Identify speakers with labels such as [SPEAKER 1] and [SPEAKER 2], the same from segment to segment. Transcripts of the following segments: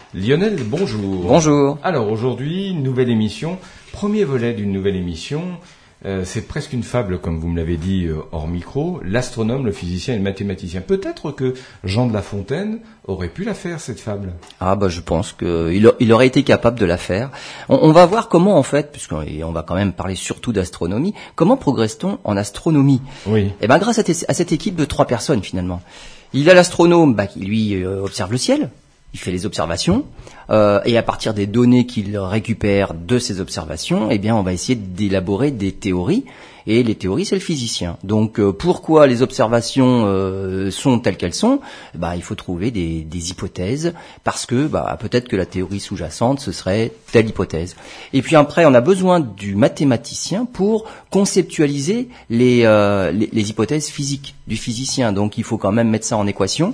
[SPEAKER 1] Lionel, bonjour.
[SPEAKER 2] Bonjour.
[SPEAKER 1] Alors aujourd'hui, nouvelle émission, premier volet d'une nouvelle émission. C'est presque une fable, comme vous me l'avez dit hors micro, l'astronome, le physicien et le mathématicien. Peut-être que Jean de La Fontaine aurait pu la faire, cette fable.
[SPEAKER 2] Ah bah je pense qu'il aurait été capable de la faire. On va voir comment en fait, puisqu'on va quand même parler surtout d'astronomie, comment progresse-t-on en astronomie?
[SPEAKER 1] Oui.
[SPEAKER 2] Eh ben grâce à cette équipe de 3 personnes finalement. Il y a l'astronome qui lui observe le ciel. Il fait les observations et à partir des données qu'il récupère de ces observations, eh bien, on va essayer d'élaborer des théories. Et les théories, c'est le physicien. Donc, pourquoi les observations sont telles qu'elles sont? Il faut trouver des hypothèses parce que peut-être que la théorie sous-jacente, ce serait telle hypothèse. Et puis après, on a besoin du mathématicien pour conceptualiser les hypothèses physiques du physicien. Donc, il faut quand même mettre ça en équation.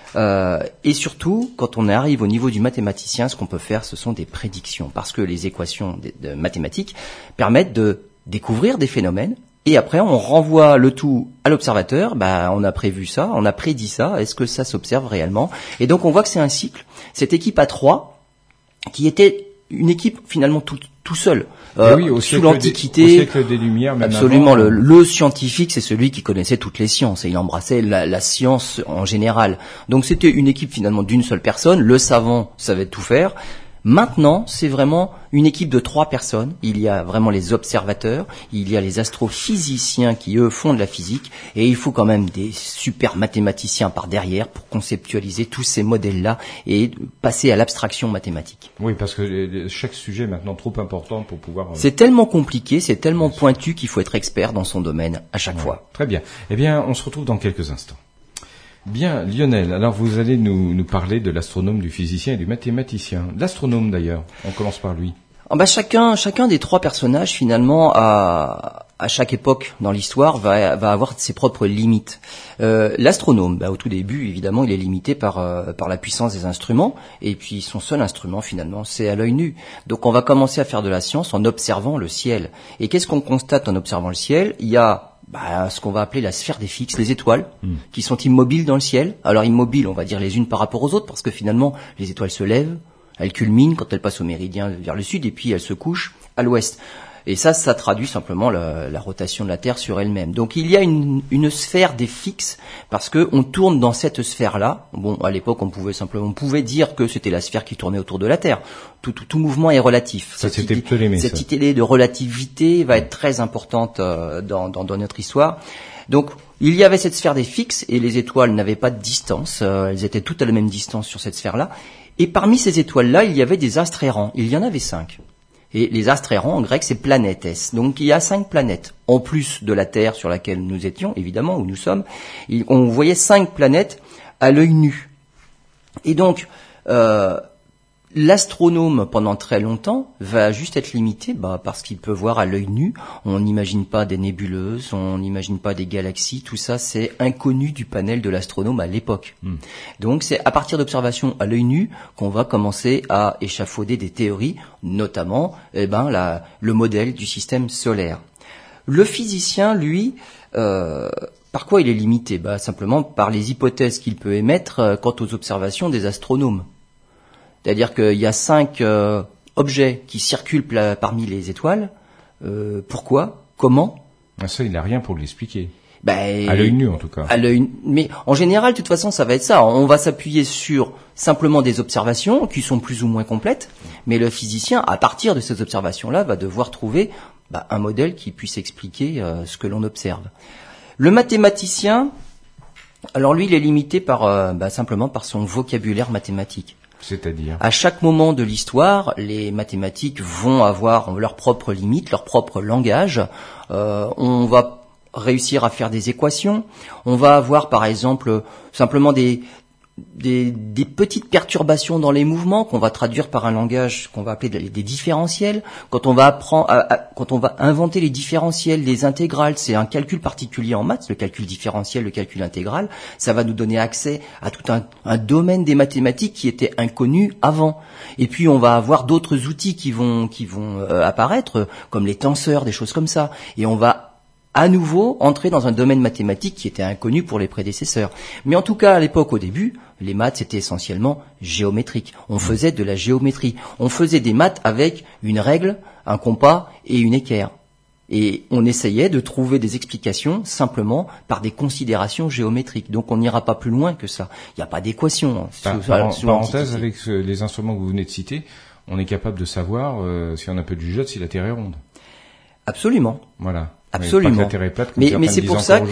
[SPEAKER 2] Et surtout, quand on arrive au niveau du mathématicien, ce qu'on peut faire, ce sont des prédictions, parce que les équations de mathématiques permettent de découvrir des phénomènes, et après on renvoie le tout à l'observateur. On a prévu ça, on a prédit ça, est-ce que ça s'observe réellement? Et donc on voit que c'est un cycle. Cette équipe à 3, qui était une équipe finalement tout seul. Sous l'Antiquité,
[SPEAKER 1] au siècle des Lumières, même
[SPEAKER 2] absolument.
[SPEAKER 1] Avant,
[SPEAKER 2] le scientifique, c'est celui qui connaissait toutes les sciences et il embrassait la science en général. Donc c'était une équipe finalement d'une seule personne. Le savant savait tout faire. Maintenant, c'est vraiment une équipe de 3 personnes. Il y a vraiment les observateurs, il y a les astrophysiciens qui, eux, font de la physique, et il faut quand même des super mathématiciens par derrière pour conceptualiser tous ces modèles-là et passer à l'abstraction mathématique.
[SPEAKER 1] Oui, parce que chaque sujet est maintenant trop important pour pouvoir...
[SPEAKER 2] C'est tellement compliqué, c'est tellement pointu qu'il faut être expert dans son domaine à chaque fois.
[SPEAKER 1] Très bien. Eh bien, on se retrouve dans quelques instants. Bien, Lionel, alors vous allez nous parler de l'astronome, du physicien et du mathématicien. L'astronome d'ailleurs, on commence par lui.
[SPEAKER 2] Chacun des 3 personnages finalement à chaque époque dans l'histoire va avoir ses propres limites. L'astronome, au tout début évidemment il est limité par la puissance des instruments, et puis son seul instrument finalement c'est à l'œil nu. Donc on va commencer à faire de la science en observant le ciel. Et qu'est-ce qu'on constate en observant le ciel? Il y a ce qu'on va appeler la sphère des fixes, les étoiles, qui sont immobiles dans le ciel. Alors immobiles, on va dire les unes par rapport aux autres, parce que finalement, les étoiles se lèvent, elles culminent quand elles passent au méridien vers le sud, et puis elles se couchent à l'ouest. Et ça traduit simplement la rotation de la Terre sur elle-même. Donc il y a une sphère des fixes, parce que on tourne dans cette sphère-là. Bon, à l'époque, on pouvait dire que c'était la sphère qui tournait autour de la Terre. Tout mouvement est relatif.
[SPEAKER 1] C'était Ptolémée.
[SPEAKER 2] Cette idée de relativité va être très importante dans notre histoire. Donc, il y avait cette sphère des fixes, et les étoiles n'avaient pas de distance. Elles étaient toutes à la même distance sur cette sphère-là. Et parmi ces étoiles-là, il y avait des astres errants. Il y en avait 5. Et les astres errants, en grec, c'est planètes. Donc il y a 5 planètes. En plus de la Terre sur laquelle nous étions, évidemment, où nous sommes, on voyait 5 planètes à l'œil nu. Et donc, l'astronome, pendant très longtemps, va juste être limité parce qu'il peut voir à l'œil nu. On n'imagine pas des nébuleuses, on n'imagine pas des galaxies. Tout ça, c'est inconnu du panel de l'astronome à l'époque. Donc, c'est à partir d'observations à l'œil nu qu'on va commencer à échafauder des théories, notamment le modèle du système solaire. Le physicien, lui, par quoi il est limité? Simplement par les hypothèses qu'il peut émettre quant aux observations des astronomes. C'est-à-dire qu'il y a 5 objets qui circulent parmi les étoiles. Pourquoi? Comment?
[SPEAKER 1] Ça, il n'a rien pour l'expliquer.
[SPEAKER 2] À
[SPEAKER 1] l'œil nu, en tout cas.
[SPEAKER 2] Mais en général, de toute façon, ça va être ça. On va s'appuyer sur simplement des observations qui sont plus ou moins complètes. Mais le physicien, à partir de ces observations-là, va devoir trouver un modèle qui puisse expliquer ce que l'on observe. Le mathématicien, alors lui, il est limité simplement par son vocabulaire mathématique.
[SPEAKER 1] C'est-à-dire?
[SPEAKER 2] À chaque moment de l'histoire, les mathématiques vont avoir leurs propres limites, leur propre langage. On va réussir à faire des équations. On va avoir, par exemple, simplement des petites perturbations dans les mouvements qu'on va traduire par un langage qu'on va appeler des différentiels. Quand on va inventer les différentiels, les intégrales, c'est un calcul particulier en maths, le calcul différentiel, le calcul intégral. Ça va nous donner accès à tout un domaine des mathématiques qui était inconnu avant. Et puis on va avoir d'autres outils qui vont apparaître, comme les tenseurs, des choses comme ça. Et on va à nouveau entrer dans un domaine mathématique qui était inconnu pour les prédécesseurs. Mais en tout cas, à l'époque, au début, les maths, c'était essentiellement géométrique. On faisait de la géométrie. On faisait des maths avec une règle, un compas et une équerre. Et on essayait de trouver des explications simplement par des considérations géométriques. Donc on n'ira pas plus loin que ça. Il n'y a pas d'équation.
[SPEAKER 1] Parenthèse, avec les instruments que vous venez de citer, on est capable de savoir, si on a un peu de jugeote, si la Terre est ronde.
[SPEAKER 2] Absolument.
[SPEAKER 1] Voilà.
[SPEAKER 2] Absolument.
[SPEAKER 1] Pas que la Terre est plate,
[SPEAKER 2] mais c'est pour ça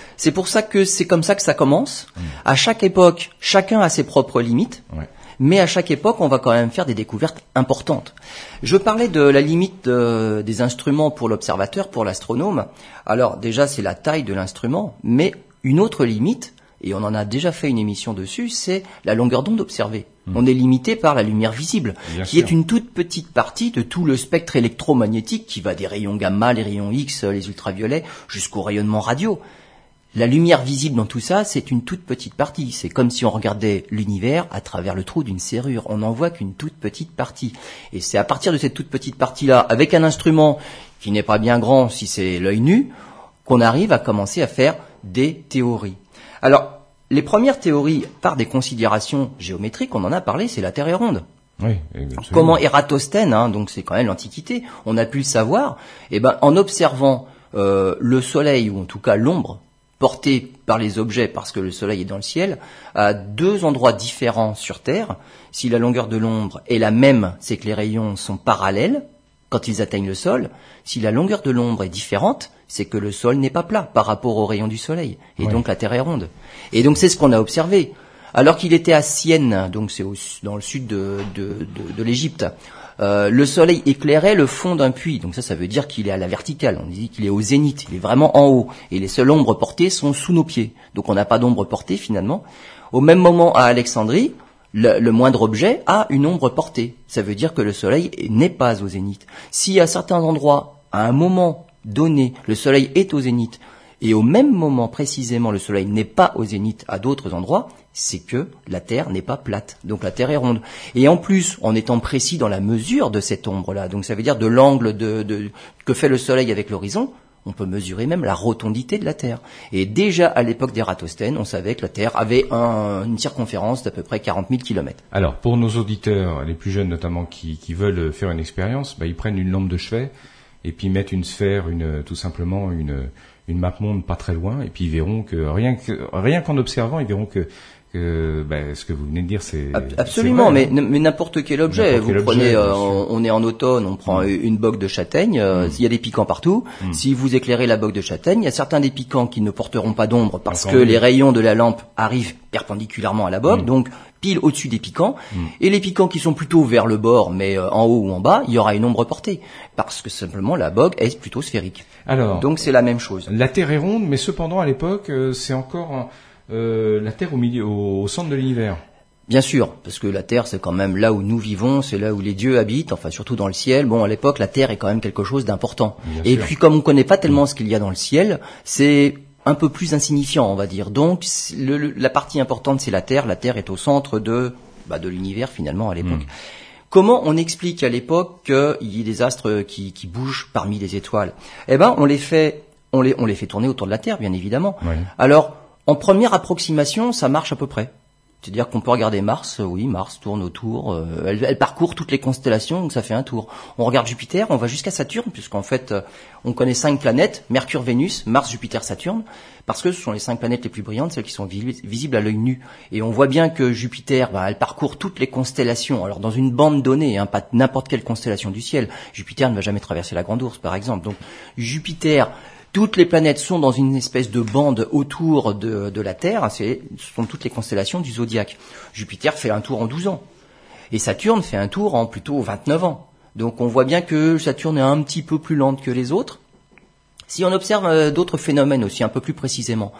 [SPEAKER 2] que c'est comme ça que ça commence. À chaque époque, chacun a ses propres limites. Ouais. Mais à chaque époque, on va quand même faire des découvertes importantes. Je parlais de la limite des instruments pour l'observateur, pour l'astronome. Alors déjà, c'est la taille de l'instrument, mais une autre limite, et on en a déjà fait une émission dessus, c'est la longueur d'onde observée. On est limité par la lumière visible, qui est une toute petite partie de tout le spectre électromagnétique qui va des rayons gamma, les rayons X, les ultraviolets, jusqu'au rayonnement radio. La lumière visible dans tout ça, c'est une toute petite partie. C'est comme si on regardait l'univers à travers le trou d'une serrure. On n'en voit qu'une toute petite partie. Et c'est à partir de cette toute petite partie-là, avec un instrument qui n'est pas bien grand si c'est l'œil nu, qu'on arrive à commencer à faire des théories. Alors, les premières théories, par des considérations géométriques, on en a parlé, c'est la Terre est ronde.
[SPEAKER 1] Oui, absolument.
[SPEAKER 2] Comment Ératosthène, donc c'est quand même l'Antiquité, on a pu le savoir, en observant le Soleil, ou en tout cas l'ombre, porté par les objets parce que le soleil est dans le ciel, à deux endroits différents sur Terre. Si la longueur de l'ombre est la même, c'est que les rayons sont parallèles quand ils atteignent le sol. Si la longueur de l'ombre est différente, c'est que le sol n'est pas plat par rapport aux rayons du soleil. Et donc la Terre est ronde. Et donc c'est ce qu'on a observé. Alors qu'il était à Syène, donc c'est dans le sud de l'Égypte, le soleil éclairait le fond d'un puits. Donc ça veut dire qu'il est à la verticale. On dit qu'il est au zénith. Il est vraiment en haut. Et les seules ombres portées sont sous nos pieds. Donc on n'a pas d'ombre portée finalement. Au même moment, à Alexandrie, le moindre objet a une ombre portée. Ça veut dire que le soleil n'est pas au zénith. Si à certains endroits, à un moment donné, le soleil est au zénith, et au même moment précisément le soleil n'est pas au zénith à d'autres endroits, c'est que la Terre n'est pas plate. Donc la Terre est ronde. Et en plus, en étant précis dans la mesure de cette ombre-là, donc ça veut dire de l'angle que fait le soleil avec l'horizon, on peut mesurer même la rotondité de la Terre. Et déjà à l'époque d'Ératosthène, on savait que la Terre avait une circonférence d'à peu près 40 000 km.
[SPEAKER 1] Alors, pour nos auditeurs, les plus jeunes notamment, qui veulent faire une expérience, ils prennent une lampe de chevet et puis mettent une sphère, tout simplement une map-monde pas très loin, et puis ils verront que rien qu'en observant, ils verront que ce que vous venez de dire, c'est
[SPEAKER 2] absolument,
[SPEAKER 1] c'est vrai,
[SPEAKER 2] mais n'importe quel objet. Vous prenez, on est en automne, on prend une bogue de châtaigne. Il y a des piquants partout. Si vous éclairez la bogue de châtaigne, il y a certains des piquants qui ne porteront pas d'ombre parce que les rayons de la lampe arrivent perpendiculairement à la bogue, donc pile au-dessus des piquants. Et les piquants qui sont plutôt vers le bord, mais en haut ou en bas, il y aura une ombre portée parce que simplement la bogue est plutôt sphérique. Alors, donc c'est la même chose.
[SPEAKER 1] La Terre est ronde, mais cependant à l'époque, c'est encore la Terre au centre de l'univers.
[SPEAKER 2] Bien sûr, parce que la Terre, c'est quand même là où nous vivons, c'est là où les dieux habitent, enfin surtout dans le ciel. Bon, à l'époque, la Terre est quand même quelque chose d'important. Et puis, comme on connaît pas tellement ce qu'il y a dans le ciel, c'est un peu plus insignifiant, on va dire. Donc, la partie importante, c'est la Terre. La Terre est au centre de l'univers, finalement, à l'époque. Comment on explique à l'époque qu'il y ait des astres qui bougent parmi les étoiles? On les fait tourner autour de la Terre, bien évidemment. Oui. Alors, en première approximation, ça marche à peu près. C'est-à-dire qu'on peut regarder Mars, oui, Mars tourne autour, elle parcourt toutes les constellations, donc ça fait un tour. On regarde Jupiter, on va jusqu'à Saturne, puisqu'en fait, on connaît 5 planètes, Mercure, Vénus, Mars, Jupiter, Saturne, parce que ce sont les 5 planètes les plus brillantes, celles qui sont visibles à l'œil nu. Et on voit bien que Jupiter, elle parcourt toutes les constellations, alors dans une bande donnée, pas n'importe quelle constellation du ciel. Jupiter ne va jamais traverser la Grande Ourse, par exemple. Donc Jupiter, toutes les planètes sont dans une espèce de bande autour de la Terre. Ce sont toutes les constellations du zodiaque. Jupiter fait un tour en 12 ans. Et Saturne fait un tour en plutôt 29 ans. Donc on voit bien que Saturne est un petit peu plus lente que les autres. Si on observe d'autres phénomènes aussi un peu plus précisément,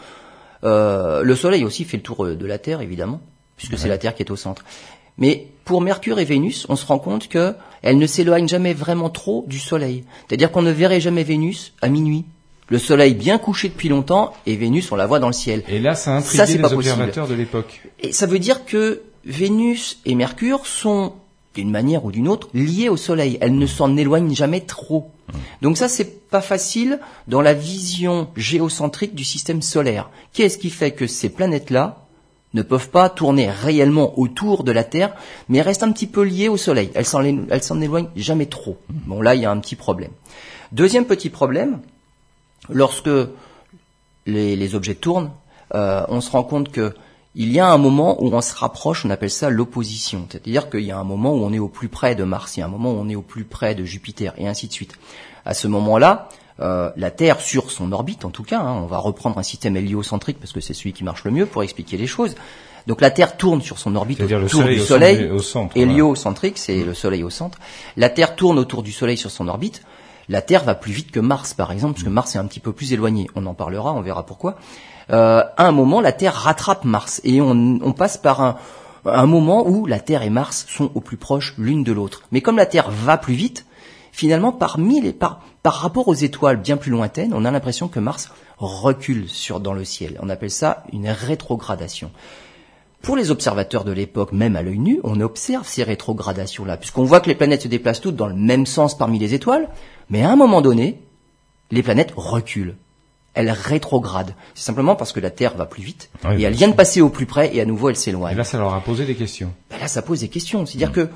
[SPEAKER 2] le Soleil aussi fait le tour de la Terre, évidemment, puisque c'est la Terre qui est au centre. Mais pour Mercure et Vénus, on se rend compte qu'elles ne s'éloignent jamais vraiment trop du Soleil. C'est-à-dire qu'on ne verrait jamais Vénus à minuit. Le soleil bien couché depuis longtemps et Vénus, on la voit dans le ciel.
[SPEAKER 1] Et là, ça a intrigué les observateurs de l'époque.
[SPEAKER 2] Et ça veut dire que Vénus et Mercure sont d'une manière ou d'une autre, liées au Soleil. Elles ne s'en éloignent jamais trop. Donc ça, c'est pas facile dans la vision géocentrique du système solaire. Qu'est-ce qui fait que ces planètes-là ne peuvent pas tourner réellement autour de la Terre, mais restent un petit peu liées au Soleil. Elles s'en éloignent jamais trop. Bon, là, il y a un petit problème. Deuxième petit problème, lorsque les objets tournent, on se rend compte que il y a un moment où on se rapproche, on appelle ça l'opposition. C'est-à-dire qu'il y a un moment où on est au plus près de Mars, il y a un moment où on est au plus près de Jupiter, et ainsi de suite. À ce moment-là, la Terre, sur son orbite en tout cas, on va reprendre un système héliocentrique parce que c'est celui qui marche le mieux pour expliquer les choses. Donc la Terre tourne sur son orbite autour du Soleil, héliocentrique, c'est le Soleil au centre. La Terre tourne autour du Soleil sur son orbite. La Terre va plus vite que Mars, par exemple, parce que Mars est un petit peu plus éloigné. On en parlera, on verra pourquoi. À un moment, la Terre rattrape Mars et on passe par un moment où la Terre et Mars sont au plus proches l'une de l'autre. Mais comme la Terre va plus vite, finalement, par rapport aux étoiles bien plus lointaines, on a l'impression que Mars recule dans le ciel. On appelle ça une rétrogradation. Pour les observateurs de l'époque, même à l'œil nu, on observe ces rétrogradations-là, puisqu'on voit que les planètes se déplacent toutes dans le même sens parmi les étoiles, mais à un moment donné, les planètes reculent. Elles rétrogradent. C'est simplement parce que la Terre va plus vite, et elle vient de passer au plus près, et à nouveau elle s'éloigne.
[SPEAKER 1] Et là, ça leur a posé des questions.
[SPEAKER 2] Là, ça pose des questions. C'est-à-dire que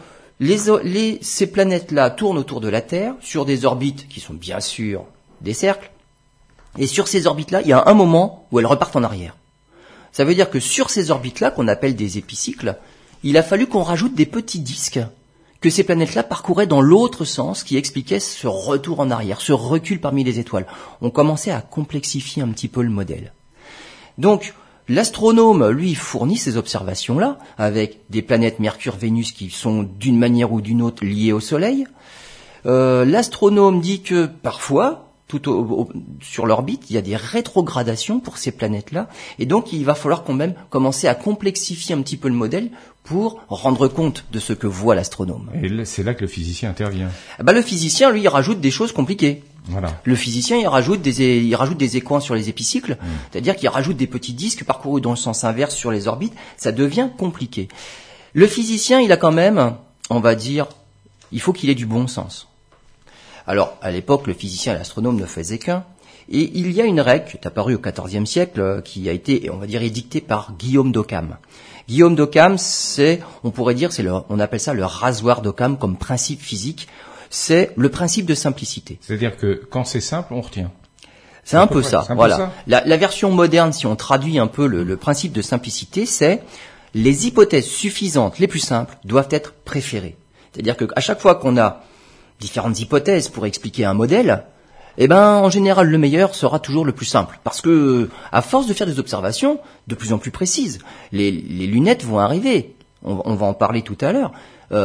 [SPEAKER 2] ces planètes-là tournent autour de la Terre, sur des orbites qui sont bien sûr des cercles, et sur ces orbites-là, il y a un moment où elles repartent en arrière. Ça veut dire que sur ces orbites-là, qu'on appelle des épicycles, il a fallu qu'on rajoute des petits disques que ces planètes-là parcouraient dans l'autre sens, qui expliquait ce retour en arrière, ce recul parmi les étoiles. On commençait à complexifier un petit peu le modèle. Donc, l'astronome, lui, fournit ces observations-là, avec des planètes Mercure, Vénus, qui sont d'une manière ou d'une autre liées au Soleil. L'astronome dit que parfois, sur l'orbite, il y a des rétrogradations pour ces planètes-là, et donc il va falloir quand même commencer à complexifier un petit peu le modèle pour rendre compte de ce que voit l'astronome.
[SPEAKER 1] Et c'est là que le physicien intervient.
[SPEAKER 2] Le physicien, lui, il rajoute des choses compliquées.
[SPEAKER 1] Voilà.
[SPEAKER 2] Le physicien, il rajoute des écoins sur les épicycles, c'est-à-dire qu'il rajoute des petits disques parcourus dans le sens inverse sur les orbites. Ça devient compliqué. Le physicien, il a quand même, on va dire, il faut qu'il ait du bon sens. Alors, à l'époque, le physicien et l'astronome ne faisaient qu'un. Et il y a une règle qui est apparue au XIVe siècle, qui a été, on va dire, édictée par Guillaume d'Occam. Guillaume d'Occam, on appelle ça le rasoir d'Occam comme principe physique. C'est le principe de simplicité.
[SPEAKER 1] C'est-à-dire que quand c'est simple, on retient.
[SPEAKER 2] C'est un peu ça, voilà. La version moderne, si on traduit un peu le principe de simplicité, c'est les hypothèses suffisantes, les plus simples, doivent être préférées. C'est-à-dire qu'à chaque fois qu'on a différentes hypothèses pour expliquer un modèle, en général, le meilleur sera toujours le plus simple. Parce que, à force de faire des observations de plus en plus précises, les lunettes vont arriver. On va en parler tout à l'heure.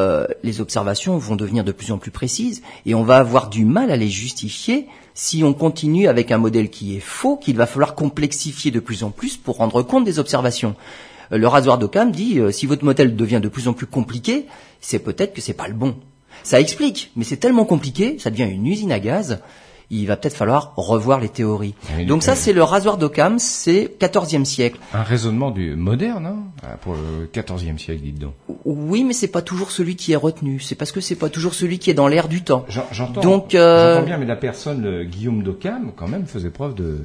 [SPEAKER 2] Les observations vont devenir de plus en plus précises et on va avoir du mal à les justifier si on continue avec un modèle qui est faux, qu'il va falloir complexifier de plus en plus pour rendre compte des observations. Le rasoir d'Occam dit, si votre modèle devient de plus en plus compliqué, c'est peut-être que c'est pas le bon. Ça explique, mais c'est tellement compliqué, ça devient une usine à gaz, il va peut-être falloir revoir les théories. Donc ça, c'est le rasoir d'Occam, c'est XIVe siècle.
[SPEAKER 1] Un raisonnement moderne, hein, pour le XIVe siècle, dites donc.
[SPEAKER 2] Oui, mais c'est pas toujours celui qui est retenu. C'est parce que c'est pas toujours celui qui est dans l'air du temps.
[SPEAKER 1] J'entends bien, mais la personne, Guillaume d'Occam, quand même, faisait preuve de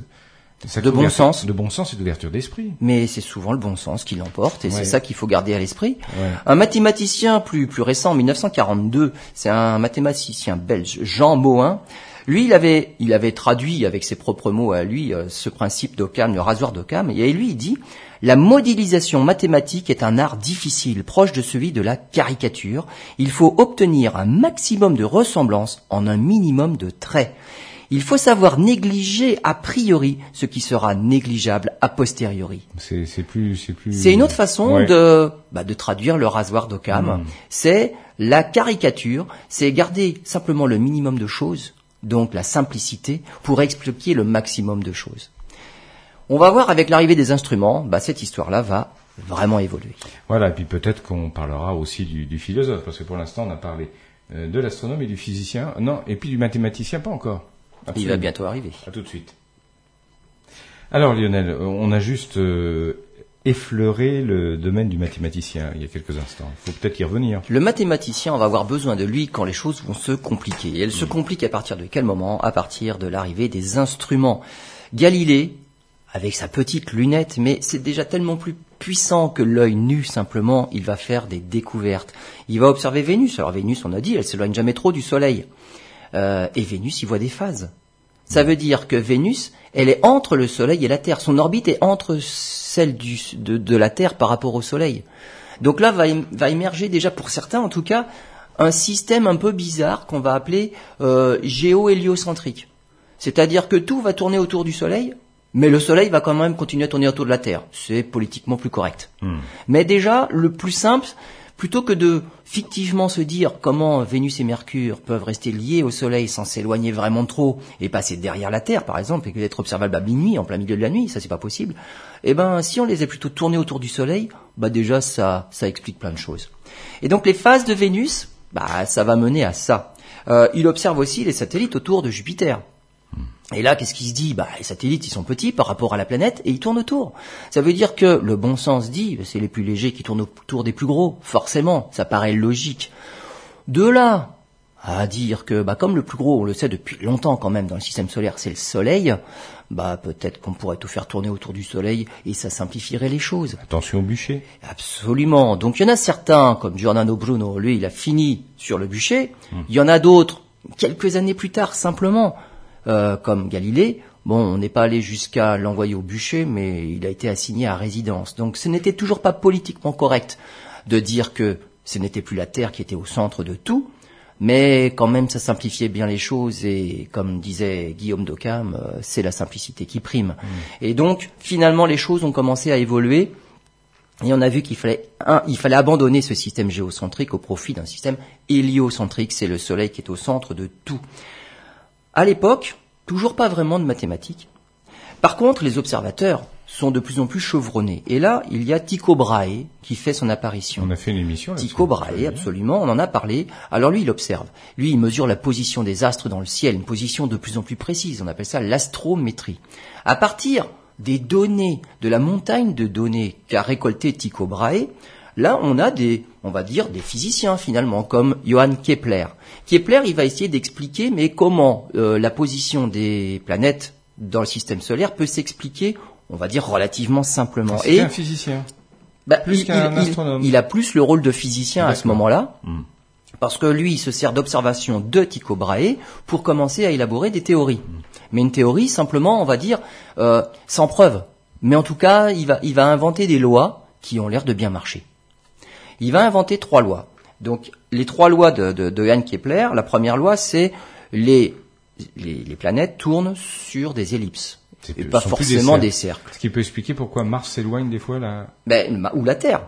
[SPEAKER 1] bon sens. De bon sens et d'ouverture d'esprit.
[SPEAKER 2] Mais c'est souvent le bon sens qui l'emporte, et c'est ça qu'il faut garder à l'esprit. Ouais. Un mathématicien plus récent, en 1942, c'est un mathématicien belge, Jean Mohin. Lui, il avait traduit avec ses propres mots à lui ce principe d'Occam, le rasoir d'Occam, et lui, il dit « La modélisation mathématique est un art difficile, proche de celui de la caricature. Il faut obtenir un maximum de ressemblance en un minimum de traits. Il faut savoir négliger a priori ce qui sera négligeable a posteriori. » C'est une autre façon de traduire le rasoir d'Occam. C'est la caricature, c'est garder simplement le minimum de choses, donc la simplicité, pour expliquer le maximum de choses. On va voir avec l'arrivée des instruments, cette histoire-là va vraiment évoluer.
[SPEAKER 1] Voilà, et puis peut-être qu'on parlera aussi du philosophe, parce que pour l'instant on a parlé de l'astronome et du physicien, et puis du mathématicien, pas encore. Absolument.
[SPEAKER 2] Il va bientôt arriver.
[SPEAKER 1] À tout de suite. Alors Lionel, on a juste effleuré le domaine du mathématicien il y a quelques instants. Il faut peut-être y revenir.
[SPEAKER 2] Le mathématicien, on va avoir besoin de lui quand les choses vont se compliquer. Et elles se compliquent à partir de quel moment? À partir de l'arrivée des instruments. Galilée, avec sa petite lunette, mais c'est déjà tellement plus puissant que l'œil nu, simplement, il va faire des découvertes. Il va observer Vénus. Alors Vénus, on a dit, elle s'éloigne jamais trop du Soleil. Et Vénus, il voit des phases. Ça veut dire que Vénus, elle est entre le Soleil et la Terre. Son orbite est entre celle de la Terre par rapport au Soleil. Donc là, va émerger déjà, pour certains en tout cas, un système un peu bizarre qu'on va appeler géo-héliocentrique. C'est-à-dire que tout va tourner autour du Soleil, mais le Soleil va quand même continuer à tourner autour de la Terre. C'est politiquement plus correct. Mais déjà, le plus simple, plutôt que de fictivement se dire comment Vénus et Mercure peuvent rester liés au Soleil sans s'éloigner vraiment trop et passer derrière la Terre, par exemple, et d'être observables à minuit, en plein milieu de la nuit, ça c'est pas possible. Eh ben, si on les a plutôt tournés autour du Soleil, bah déjà ça explique plein de choses. Et donc les phases de Vénus, bah ça va mener à ça. Il observe aussi les satellites autour de Jupiter. Et là, qu'est-ce qui se dit? Bah, les satellites, ils sont petits par rapport à la planète et ils tournent autour. Ça veut dire que le bon sens dit, c'est les plus légers qui tournent autour des plus gros. Forcément, ça paraît logique. De là à dire que, bah, comme le plus gros, on le sait depuis longtemps quand même dans le système solaire, c'est le Soleil, bah, peut-être qu'on pourrait tout faire tourner autour du Soleil et ça simplifierait les choses.
[SPEAKER 1] Attention au bûcher.
[SPEAKER 2] Absolument. Donc, il y en a certains, comme Giordano Bruno, lui, il a fini sur le bûcher. Il y en a d'autres, quelques années plus tard, simplement. Comme Galilée, bon, on n'est pas allé jusqu'à l'envoyer au bûcher, mais il a été assigné à résidence. Donc ce n'était toujours pas politiquement correct de dire que ce n'était plus la Terre qui était au centre de tout, mais quand même ça simplifiait bien les choses et comme disait Guillaume d'Occam, c'est la simplicité qui prime. Et donc finalement les choses ont commencé à évoluer et on a vu qu'il fallait abandonner ce système géocentrique au profit d'un système héliocentrique, c'est le Soleil qui est au centre de tout. À l'époque, toujours pas vraiment de mathématiques. Par contre, les observateurs sont de plus en plus chevronnés. Et là, il y a Tycho Brahe qui fait son apparition.
[SPEAKER 1] On a fait une émission là-dessus.
[SPEAKER 2] Tycho Brahe, absolument, on en a parlé. Alors lui, il observe. Lui, il mesure la position des astres dans le ciel, une position de plus en plus précise. On appelle ça l'astrométrie. À partir des données, de la montagne de données qu'a récolté Tycho Brahe, là, on a des physiciens finalement, comme Johann Kepler. Kepler, il va essayer d'expliquer, mais comment la position des planètes dans le système solaire peut s'expliquer, on va dire relativement simplement.
[SPEAKER 1] C'est un physicien.
[SPEAKER 2] Bah,
[SPEAKER 1] Plus qu'un astronome.
[SPEAKER 2] Il a plus le rôle de physicien à ce moment-là, parce que lui, il se sert d'observation de Tycho Brahe pour commencer à élaborer des théories. Mais une théorie, simplement, on va dire, sans preuve. Mais en tout cas, il va inventer des lois qui ont l'air de bien marcher. Il va inventer 3 lois. Donc, les 3 lois de Johann Kepler, la première loi, c'est les planètes tournent sur des ellipses. Et pas forcément des cercles.
[SPEAKER 1] Ce qui peut expliquer pourquoi Mars s'éloigne des fois là.
[SPEAKER 2] Ou la Terre.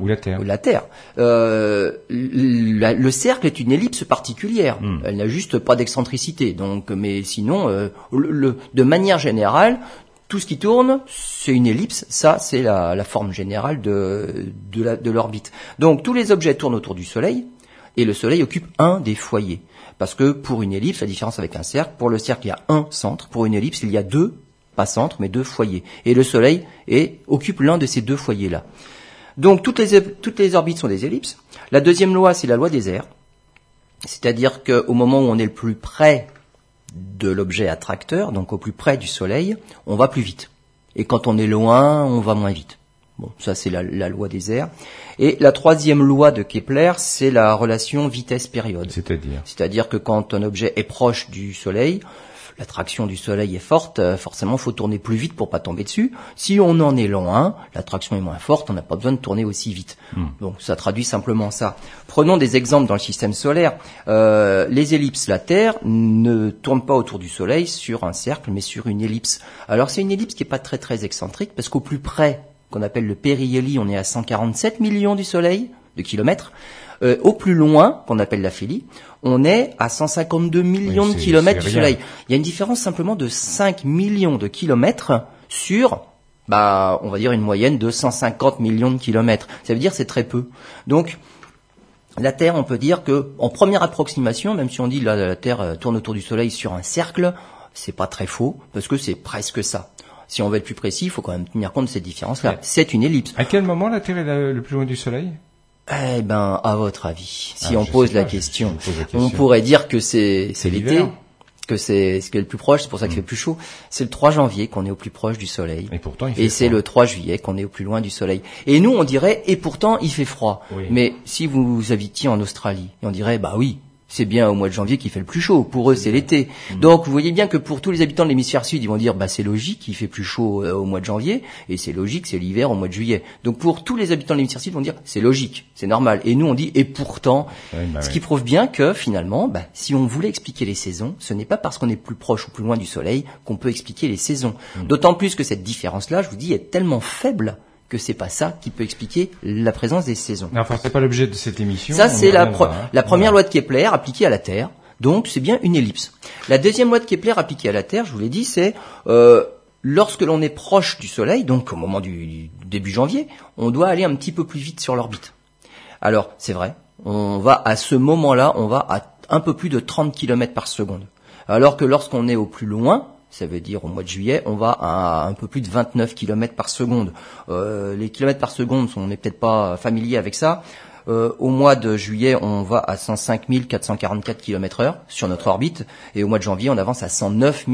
[SPEAKER 2] Le cercle est une ellipse particulière. Elle n'a juste pas d'excentricité. Donc, mais sinon, de manière générale, tout ce qui tourne, c'est une ellipse. Ça, c'est la forme générale de l'orbite. Donc, tous les objets tournent autour du Soleil, et le Soleil occupe un des foyers. Parce que pour une ellipse, la différence avec un cercle, pour le cercle, il y a un centre. Pour une ellipse, il y a 2, pas centres, mais 2 foyers. Et le Soleil occupe l'un de ces 2 foyers-là. Donc, toutes les orbites sont des ellipses. La deuxième loi, c'est la loi des airs. C'est-à-dire qu'au moment où on est le plus près de l'objet attracteur, donc au plus près du Soleil, on va plus vite. Et quand on est loin, on va moins vite. Bon, ça c'est la loi des airs. Et la troisième loi de Kepler, c'est la relation vitesse-période. C'est-à-dire que quand un objet est proche du Soleil, l'attraction du Soleil est forte, forcément il faut tourner plus vite pour pas tomber dessus. Si on en est loin, l'attraction est moins forte, on n'a pas besoin de tourner aussi vite. Donc ça traduit simplement ça. Prenons des exemples dans le système solaire. Les ellipses, la Terre ne tourne pas autour du Soleil sur un cercle, mais sur une ellipse. Alors c'est une ellipse qui est pas très très excentrique, parce qu'au plus près, qu'on appelle le périhélie, on est à 147 millions du Soleil, de kilomètres. Au plus loin, qu'on appelle l'aphélie, on est à 152 millions de kilomètres du Soleil. Il y a une différence simplement de 5 millions de kilomètres sur, on va dire une moyenne de 150 millions de kilomètres. Ça veut dire que c'est très peu. Donc, la Terre, on peut dire que, en première approximation, même si on dit la Terre tourne autour du Soleil sur un cercle, c'est pas très faux, parce que c'est presque ça. Si on veut être plus précis, il faut quand même tenir compte de cette différence-là.
[SPEAKER 1] Ouais.
[SPEAKER 2] C'est une ellipse.
[SPEAKER 1] À quel moment la Terre est le plus loin du Soleil?
[SPEAKER 2] Eh ben, à votre avis, si
[SPEAKER 1] Ah,
[SPEAKER 2] on
[SPEAKER 1] je
[SPEAKER 2] pose
[SPEAKER 1] sais
[SPEAKER 2] la
[SPEAKER 1] pas,
[SPEAKER 2] question,
[SPEAKER 1] je pose la question.
[SPEAKER 2] on pourrait dire que c'est l'été,
[SPEAKER 1] l'hiver.
[SPEAKER 2] que c'est ce qui est le plus proche, c'est pour ça qu'il fait plus chaud. C'est le 3 janvier qu'on est au plus proche du Soleil.
[SPEAKER 1] Et pourtant, il fait
[SPEAKER 2] Et c'est
[SPEAKER 1] froid.
[SPEAKER 2] le 3 juillet qu'on est au plus loin du Soleil. Et nous, on dirait, et pourtant, il fait froid.
[SPEAKER 1] Oui.
[SPEAKER 2] Mais si vous habitiez en Australie, et on dirait, bah oui, c'est bien au mois de janvier qu'il fait le plus chaud. Pour eux, c'est l'été. Donc, vous voyez bien que pour tous les habitants de l'hémisphère sud, ils vont dire, bah c'est logique, il fait plus chaud au mois de janvier, et c'est logique, c'est l'hiver au mois de juillet. Donc, pour tous les habitants de l'hémisphère sud, ils vont dire, c'est logique, c'est normal. Et nous, on dit, et pourtant,
[SPEAKER 1] Oui, bah
[SPEAKER 2] ce
[SPEAKER 1] oui.
[SPEAKER 2] qui prouve bien que finalement, bah, si on voulait expliquer les saisons, ce n'est pas parce qu'on est plus proche ou plus loin du Soleil qu'on peut expliquer les saisons. D'autant plus que cette différence-là, je vous dis, est tellement faible que c'est pas ça qui peut expliquer la présence des saisons.
[SPEAKER 1] Non, enfin, c'est pas l'objet de cette émission.
[SPEAKER 2] Ça,
[SPEAKER 1] on
[SPEAKER 2] c'est
[SPEAKER 1] y
[SPEAKER 2] la
[SPEAKER 1] reviendra, hein.
[SPEAKER 2] première
[SPEAKER 1] Voilà.
[SPEAKER 2] loi de Kepler appliquée à la Terre. Donc, c'est bien une ellipse. La deuxième loi de Kepler appliquée à la Terre, je vous l'ai dit, c'est lorsque l'on est proche du Soleil, donc au moment du début janvier, on doit aller un petit peu plus vite sur l'orbite. Alors, c'est vrai, on va à ce moment-là, on va à un peu plus de 30 km par seconde. Alors que lorsqu'on est au plus loin, ça veut dire au mois de juillet, on va à un peu plus de 29 km par seconde. Les kilomètres par seconde, on n'est peut-être pas familier avec ça. Au mois de juillet, on va à 105 444 km/h sur notre orbite, et au mois de janvier, on avance à 109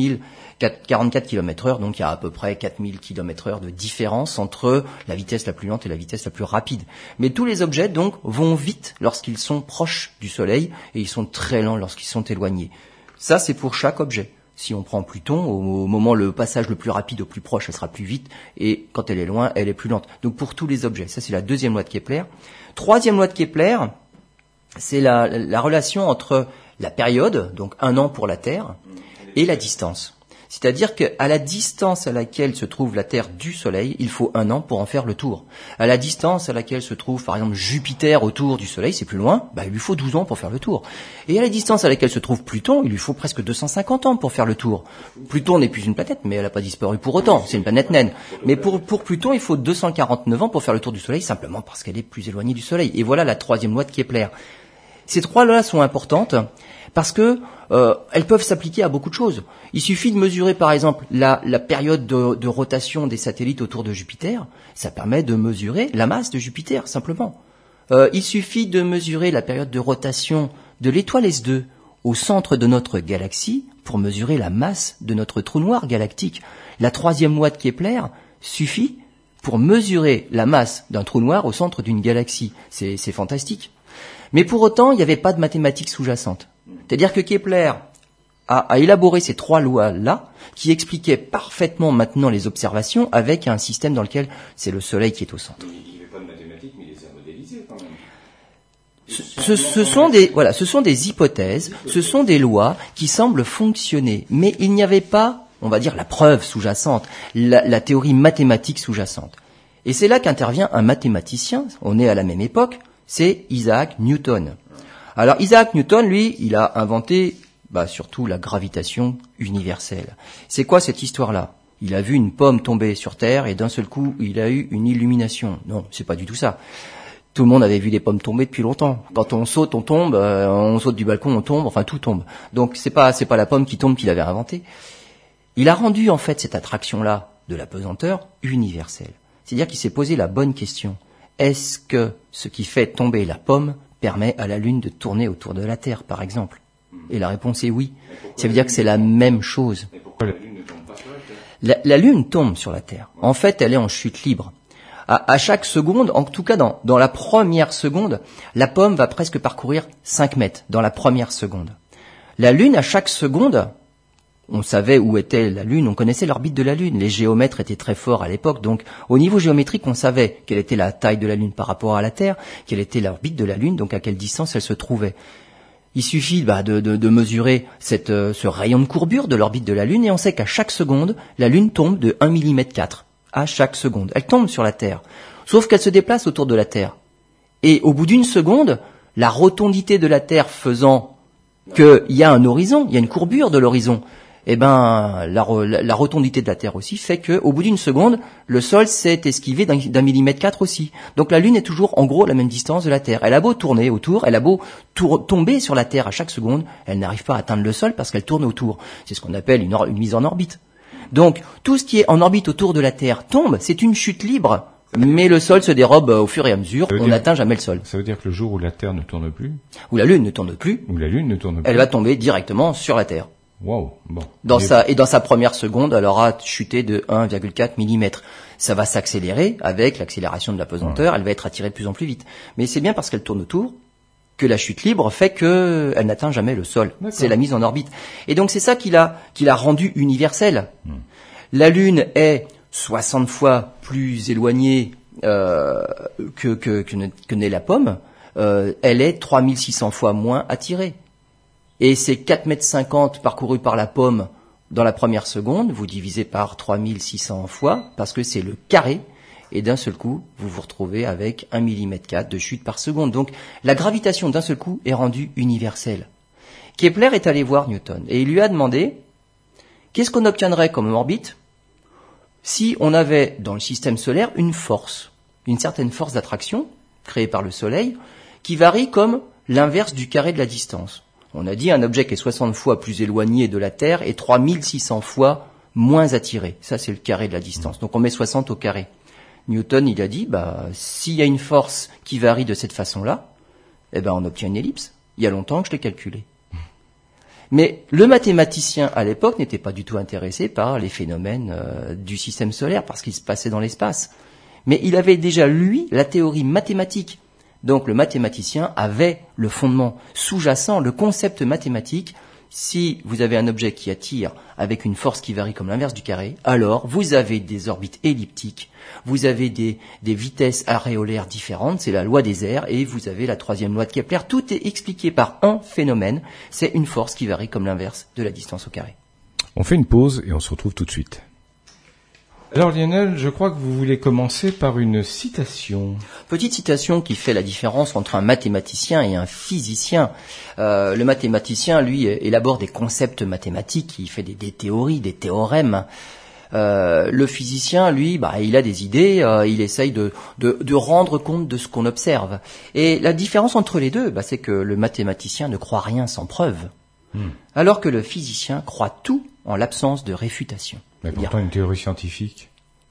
[SPEAKER 2] 044 km/h, donc il y a à peu près 4000 km/h de différence entre la vitesse la plus lente et la vitesse la plus rapide. Mais tous les objets, donc, vont vite lorsqu'ils sont proches du Soleil, et ils sont très lents lorsqu'ils sont éloignés. Ça, c'est pour chaque objet. Si on prend Pluton, au moment le passage le plus rapide au plus proche, elle sera plus vite, et quand elle est loin, elle est plus lente. Donc pour tous les objets, ça c'est la deuxième loi de Kepler. Troisième loi de Kepler, c'est la relation entre la période, donc 1 an pour la Terre, et la distance. C'est-à-dire qu'à la distance à laquelle se trouve la Terre du Soleil, il faut 1 an pour en faire le tour. À la distance à laquelle se trouve, par exemple, Jupiter autour du Soleil, c'est plus loin, bah, il lui faut 12 ans pour faire le tour. Et à la distance à laquelle se trouve Pluton, il lui faut presque 250 ans pour faire le tour. Pluton n'est plus une planète, mais elle n'a pas disparu pour autant, c'est une planète naine. Mais pour Pluton, il faut 249 ans pour faire le tour du Soleil, simplement parce qu'elle est plus éloignée du Soleil. Et voilà la troisième loi de Kepler. Ces trois lois sont importantes parce que elles peuvent s'appliquer à beaucoup de choses. Il suffit de mesurer, par exemple, la période de rotation des satellites autour de Jupiter. Ça permet de mesurer la masse de Jupiter, simplement. Il suffit de mesurer la période de rotation de l'étoile S2 au centre de notre galaxie pour mesurer la masse de notre trou noir galactique. La troisième loi de Kepler suffit pour mesurer la masse d'un trou noir au centre d'une galaxie. C'est fantastique. Mais pour autant, il n'y avait pas de mathématiques sous-jacentes. C'est-à-dire que Kepler a élaboré ces trois lois-là, qui expliquaient parfaitement maintenant les observations avec un système dans lequel c'est le Soleil qui est au centre.
[SPEAKER 1] Il n'y avait pas de mathématiques, mais il les a modélisées quand même.
[SPEAKER 2] Ce sont des hypothèses, ce sont des lois qui semblent fonctionner, mais il n'y avait pas, on va dire, la preuve sous-jacente, la théorie mathématique sous-jacente. Et c'est là qu'intervient un mathématicien, on est à la même époque, c'est Isaac Newton. Alors Isaac Newton, lui, il a inventé surtout la gravitation universelle. C'est quoi cette histoire-là? Il a vu une pomme tomber sur Terre et d'un seul coup, il a eu une illumination. Non, c'est pas du tout ça. Tout le monde avait vu des pommes tomber depuis longtemps. Quand on saute, on tombe, on saute du balcon, on tombe, enfin tout tombe. Donc c'est pas la pomme qui tombe qu'il avait inventée. Il a rendu en fait cette attraction-là de la pesanteur universelle. C'est-à-dire qu'il s'est posé la bonne question. Est-ce que ce qui fait tomber la pomme permet à la Lune de tourner autour de la Terre, par exemple? Et la réponse est oui. Ça veut dire que c'est la même chose.
[SPEAKER 1] Et pourquoi la Lune ne tombe pas sur la Terre?
[SPEAKER 2] La Lune tombe sur la Terre. En fait, elle est en chute libre. À chaque seconde, en tout cas dans la première seconde, la pomme va presque parcourir 5 mètres dans la première seconde. La Lune, à chaque seconde, on savait où était la Lune, on connaissait l'orbite de la Lune. Les géomètres étaient très forts à l'époque, donc au niveau géométrique, on savait quelle était la taille de la Lune par rapport à la Terre, quelle était l'orbite de la Lune, donc à quelle distance elle se trouvait. Il suffit de mesurer ce rayon de courbure de l'orbite de la Lune, et on sait qu'à chaque seconde, la Lune tombe de 1 mm 4 à chaque seconde. Elle tombe sur la Terre, sauf qu'elle se déplace autour de la Terre. Et au bout d'une seconde, la rotondité de la Terre faisant qu'il y a un horizon, il y a une courbure de l'horizon, la rotondité de la Terre aussi fait que, au bout d'une seconde, le sol s'est esquivé d'un millimètre 4 aussi. Donc la Lune est toujours, en gros, à la même distance de la Terre. Elle a beau tourner autour, elle a beau tomber sur la Terre à chaque seconde, elle n'arrive pas à atteindre le sol parce qu'elle tourne autour. C'est ce qu'on appelle une mise en orbite. Donc, tout ce qui est en orbite autour de la Terre tombe, c'est une chute libre. Mais le sol se dérobe au fur et à mesure, on n'atteint jamais le sol.
[SPEAKER 1] Ça veut dire que le jour où la Terre ne tourne plus,
[SPEAKER 2] Ou la Lune ne tourne plus, elle va tomber directement sur la Terre.
[SPEAKER 1] Wow, bon.
[SPEAKER 2] Dans sa première seconde, elle aura chuté de 1,4 mm. Ça va s'accélérer avec l'accélération de la pesanteur, elle va être attirée de plus en plus vite. Mais c'est bien parce qu'elle tourne autour que la chute libre fait que elle n'atteint jamais le sol.
[SPEAKER 1] D'accord.
[SPEAKER 2] C'est la mise en orbite. Et donc c'est ça qu'il a rendu universel. La Lune est 60 fois plus éloignée que n'est la pomme. Elle est 3600 fois moins attirée. Et ces 4,50 m parcourus par la pomme dans la première seconde, vous divisez par 3600 fois, parce que c'est le carré, et d'un seul coup, vous vous retrouvez avec 1 mm de chute par seconde. Donc, la gravitation d'un seul coup est rendue universelle. Kepler est allé voir Newton, et il lui a demandé, qu'est-ce qu'on obtiendrait comme orbite si on avait dans le système solaire une force, une certaine force d'attraction, créée par le Soleil, qui varie comme l'inverse du carré de la distance. On a dit un objet qui est 60 fois plus éloigné de la Terre et 3600 fois moins attiré. Ça, c'est le carré de la distance. Donc on met 60 au carré. Newton, il a dit, s'il y a une force qui varie de cette façon-là, on obtient une ellipse. Il y a longtemps que je l'ai calculé. Mais le mathématicien, à l'époque, n'était pas du tout intéressé par les phénomènes du système solaire, parce qu'il se passait dans l'espace. Mais il avait déjà, lui, la théorie mathématique. Donc le mathématicien avait le fondement sous-jacent, le concept mathématique. Si vous avez un objet qui attire avec une force qui varie comme l'inverse du carré, alors vous avez des orbites elliptiques, vous avez des vitesses aréolaires différentes, c'est la loi des airs, et vous avez la troisième loi de Kepler. Tout est expliqué par un phénomène, c'est une force qui varie comme l'inverse de la distance au carré.
[SPEAKER 1] On fait une pause et on se retrouve tout de suite. Alors Lionel, je crois que vous voulez commencer par une citation.
[SPEAKER 2] Petite citation qui fait la différence entre un mathématicien et un physicien. Le mathématicien, lui, élabore des concepts mathématiques, il fait des théories, des théorèmes. Le physicien, lui, il a des idées, il essaye de rendre compte de ce qu'on observe. Et la différence entre les deux, c'est que le mathématicien ne croit rien sans preuve, alors que le physicien croit tout en l'absence de réfutation.
[SPEAKER 1] Mais pourtant, une théorie scientifique.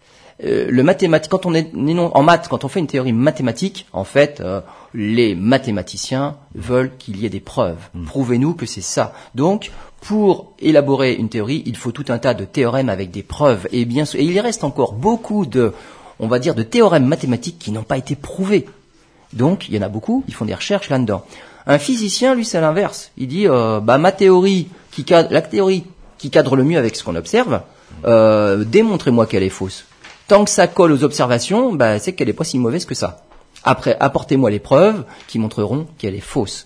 [SPEAKER 2] Quand on est en maths, quand on fait une théorie mathématique, en fait, les mathématiciens veulent qu'il y ait des preuves. Prouvez-nous que c'est ça. Donc, pour élaborer une théorie, il faut tout un tas de théorèmes avec des preuves. Et il reste encore beaucoup de théorèmes mathématiques qui n'ont pas été prouvés. Donc, il y en a beaucoup, ils font des recherches là-dedans. Un physicien, lui, c'est l'inverse. Il dit, la théorie qui cadre le mieux avec ce qu'on observe, démontrez-moi qu'elle est fausse. Tant que ça colle aux observations, c'est qu'elle n'est pas si mauvaise que ça. Après, apportez-moi les preuves qui montreront qu'elle est fausse.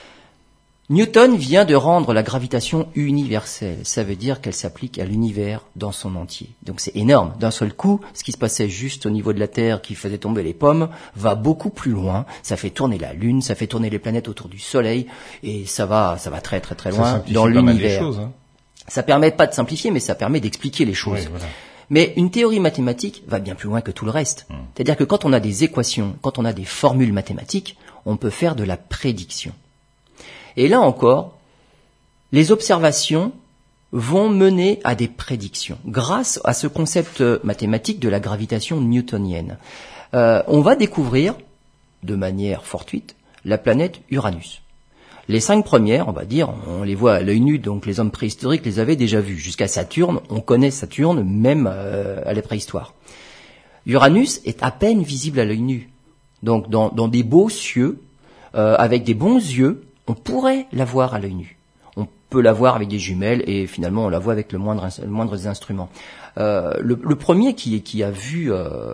[SPEAKER 2] Newton vient de rendre la gravitation universelle. Ça veut dire qu'elle s'applique à l'univers dans son entier. Donc c'est énorme. D'un seul coup, ce qui se passait juste au niveau de la Terre qui faisait tomber les pommes va beaucoup plus loin. Ça fait tourner la Lune, ça fait tourner les planètes autour du Soleil, et ça va très très très loin dans l'univers.
[SPEAKER 1] Choses, hein.
[SPEAKER 2] Ça permet pas de simplifier, mais ça permet d'expliquer les choses.
[SPEAKER 1] Oui, voilà.
[SPEAKER 2] Mais une théorie mathématique va bien plus loin que tout le reste. C'est-à-dire que quand on a des équations, quand on a des formules mathématiques, on peut faire de la prédiction. Et là encore, les observations vont mener à des prédictions grâce à ce concept mathématique de la gravitation newtonienne. On va découvrir, de manière fortuite, la planète Uranus. Les 5 premières, on va dire, on les voit à l'œil nu, donc les hommes préhistoriques les avaient déjà vues. Jusqu'à Saturne, on connaît Saturne même à la préhistoire. Uranus est à peine visible à l'œil nu. Donc dans des beaux cieux, avec des bons yeux, on pourrait la voir à l'œil nu. On peut la voir avec des jumelles et finalement on la voit avec le moindre des instruments. Le premier qui a vu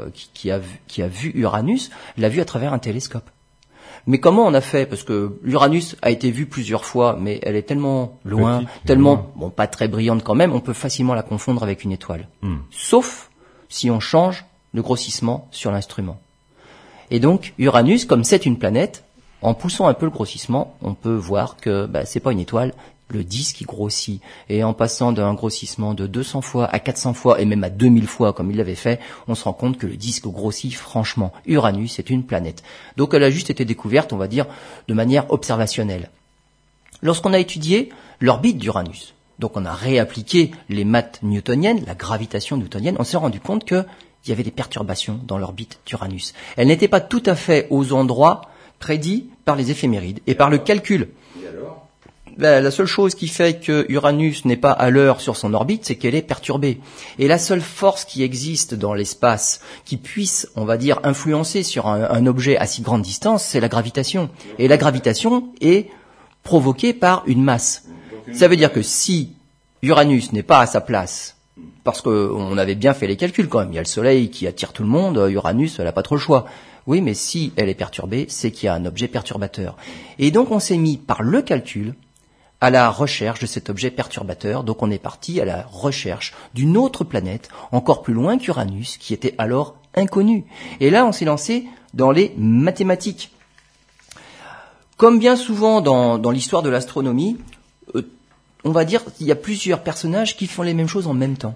[SPEAKER 2] Uranus l'a vu à travers un télescope. Mais comment on a fait? Parce que l'Uranus a été vue plusieurs fois, mais elle est tellement loin, pas très brillante quand même, on peut facilement la confondre avec une étoile. Sauf si on change le grossissement sur l'instrument. Et donc, Uranus, comme c'est une planète, en poussant un peu le grossissement, on peut voir que c'est pas une étoile, le disque il grossit. Et en passant d'un grossissement de 200 fois à 400 fois et même à 2000 fois comme il l'avait fait, on se rend compte que le disque grossit franchement. Uranus est une planète. Donc elle a juste été découverte, on va dire, de manière observationnelle. Lorsqu'on a étudié l'orbite d'Uranus, Donc on a réappliqué les maths newtoniennes, la gravitation newtonienne. On s'est rendu compte qu'il y avait des perturbations dans l'orbite d'Uranus. Elles n'étaient pas tout à fait aux endroits prédits par les éphémérides et par le calcul.
[SPEAKER 1] Et alors ?
[SPEAKER 2] La seule chose qui fait que Uranus n'est pas à l'heure sur son orbite, c'est qu'elle est perturbée. Et la seule force qui existe dans l'espace, qui puisse, on va dire, influencer sur un objet à si grande distance, c'est la gravitation. Et la gravitation est provoquée par une masse. Ça veut dire que si Uranus n'est pas à sa place, parce qu'on avait bien fait les calculs quand même, il y a le Soleil qui attire tout le monde, Uranus, elle n'a pas trop le choix. Oui, mais si elle est perturbée, c'est qu'il y a un objet perturbateur. Et donc on s'est mis par le calcul à la recherche de cet objet perturbateur. Donc on est parti à la recherche d'une autre planète, encore plus loin qu'Uranus, qui était alors inconnue. Et là, on s'est lancé dans les mathématiques. Comme bien souvent dans l'histoire de l'astronomie, on va dire qu'il y a plusieurs personnages qui font les mêmes choses en même temps.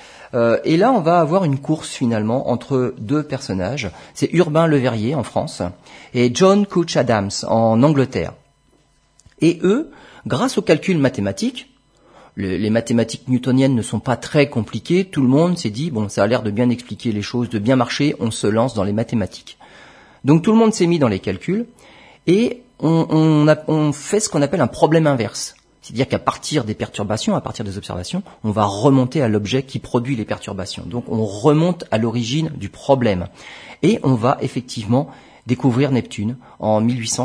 [SPEAKER 2] Et là, on va avoir une course finalement entre deux personnages. C'est Urbain Le Verrier en France et John Couch Adams en Angleterre. Et eux, grâce aux calculs mathématiques, les mathématiques newtoniennes ne sont pas très compliquées, tout le monde s'est dit, bon, ça a l'air de bien expliquer les choses, de bien marcher, on se lance dans les mathématiques. Donc tout le monde s'est mis dans les calculs et on fait ce qu'on appelle un problème inverse. C'est-à-dire qu'à partir des perturbations, à partir des observations, on va remonter à l'objet qui produit les perturbations. Donc on remonte à l'origine du problème. Et on va effectivement découvrir Neptune en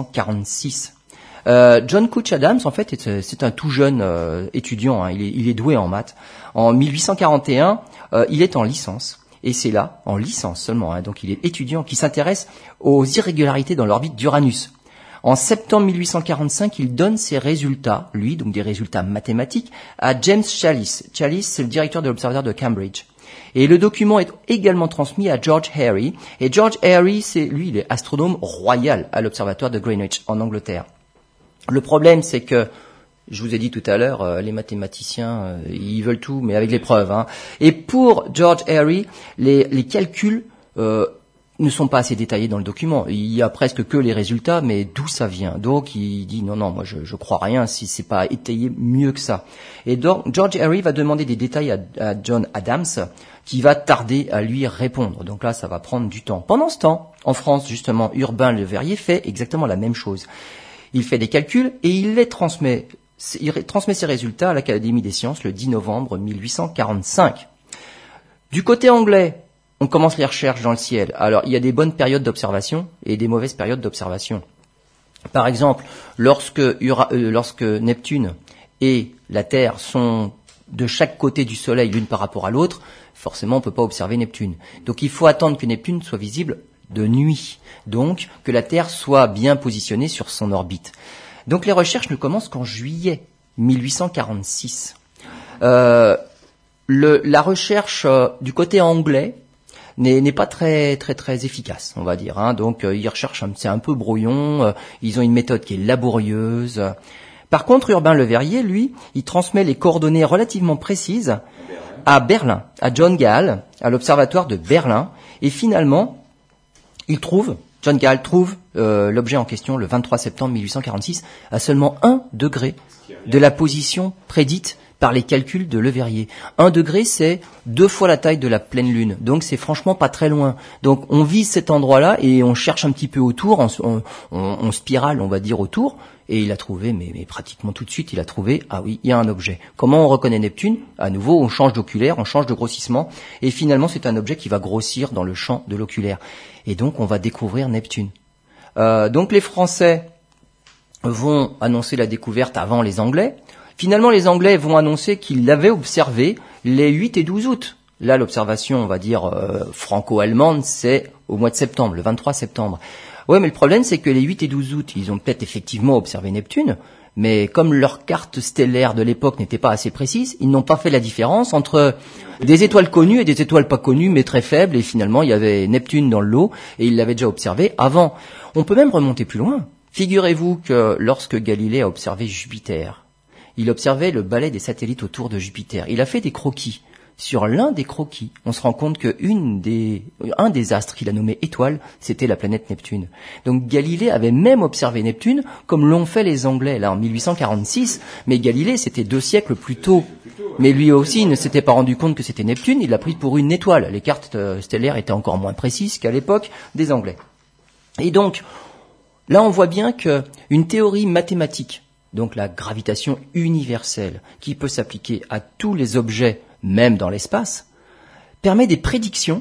[SPEAKER 2] 1846. John Couch Adams, en fait, c'est un tout jeune étudiant, hein, il est doué en maths. En 1841, il est en licence. Et c'est là, en licence seulement, hein, donc il est étudiant, qui s'intéresse aux irrégularités dans l'orbite d'Uranus. En septembre 1845, il donne ses résultats, lui, donc des résultats mathématiques, à James Challis. Challis, c'est le directeur de l'Observatoire de Cambridge. Et le document est également transmis à George Airy. Et George Airy, il est astronome royal à l'Observatoire de Greenwich, en Angleterre. Le problème, c'est que, je vous ai dit tout à l'heure, les mathématiciens, ils veulent tout, mais avec les preuves. Hein. Et pour George Airy, les calculs ne sont pas assez détaillés dans le document. Il y a presque que les résultats, mais d'où ça vient? Donc il dit non, moi je crois rien si c'est pas étayé mieux que ça. Et donc George Airy va demander des détails à John Adams, qui va tarder à lui répondre. Donc là, ça va prendre du temps. Pendant ce temps, en France, justement, Urbain Le Verrier fait exactement la même chose. Il fait des calculs et il transmet ses résultats à l'Académie des sciences le 10 novembre 1845. Du côté anglais, on commence les recherches dans le ciel. Alors, il y a des bonnes périodes d'observation et des mauvaises périodes d'observation. Par exemple, lorsque Neptune et la Terre sont de chaque côté du Soleil, l'une par rapport à l'autre, forcément, on ne peut pas observer Neptune. Donc, il faut attendre que Neptune soit visible de nuit. Donc, que la Terre soit bien positionnée sur son orbite. Donc, les recherches ne commencent qu'en juillet 1846. La recherche du côté anglais n'est pas très efficace, on va dire. Hein. Donc, ils recherchent, c'est un peu brouillon. Ils ont une méthode qui est laborieuse. Par contre, Urbain Le Verrier, lui, il transmet les coordonnées relativement précises à Berlin, à John Gall, à l'observatoire de Berlin. Et finalement, John Gall trouve l'objet en question le 23 septembre 1846 à seulement 1 degré de la position prédite par les calculs de Le Verrier. 1 degré, c'est 2 fois la taille de la pleine lune. Donc c'est franchement pas très loin. Donc on vise cet endroit-là et on cherche un petit peu autour, on spirale, on va dire, autour. Et il a trouvé, mais pratiquement tout de suite, il a trouvé, ah oui, il y a un objet. Comment on reconnaît Neptune? À nouveau, on change d'oculaire, on change de grossissement. Et finalement, c'est un objet qui va grossir dans le champ de l'oculaire. Et donc, on va découvrir Neptune. Donc les Français vont annoncer la découverte avant les Anglais. Finalement, les Anglais vont annoncer qu'ils l'avaient observé les 8 et 12 août. Là, l'observation, on va dire, franco-allemande, c'est au mois de septembre, le 23 septembre. Ouais, mais le problème, c'est que les 8 et 12 août, ils ont peut-être effectivement observé Neptune, mais comme leur carte stellaire de l'époque n'était pas assez précise, ils n'ont pas fait la différence entre des étoiles connues et des étoiles pas connues, mais très faibles, et finalement, il y avait Neptune dans le lot, et ils l'avaient déjà observé avant. On peut même remonter plus loin. Figurez-vous que lorsque Galilée a observé Jupiter, il observait le balai des satellites autour de Jupiter. Il a fait des croquis sur l'un des croquis, on se rend compte que un des astres qu'il a nommé étoile, c'était la planète Neptune. Donc Galilée avait même observé Neptune, comme l'ont fait les Anglais, là, en 1846, mais Galilée, c'était 2 siècles plus tôt. Mais lui aussi ne s'était pas rendu compte que c'était Neptune, il l'a pris pour une étoile. Les cartes stellaires étaient encore moins précises qu'à l'époque des Anglais. Et donc, là, on voit bien que une théorie mathématique, donc la gravitation universelle, qui peut s'appliquer à tous les objets, même dans l'espace, permet des prédictions,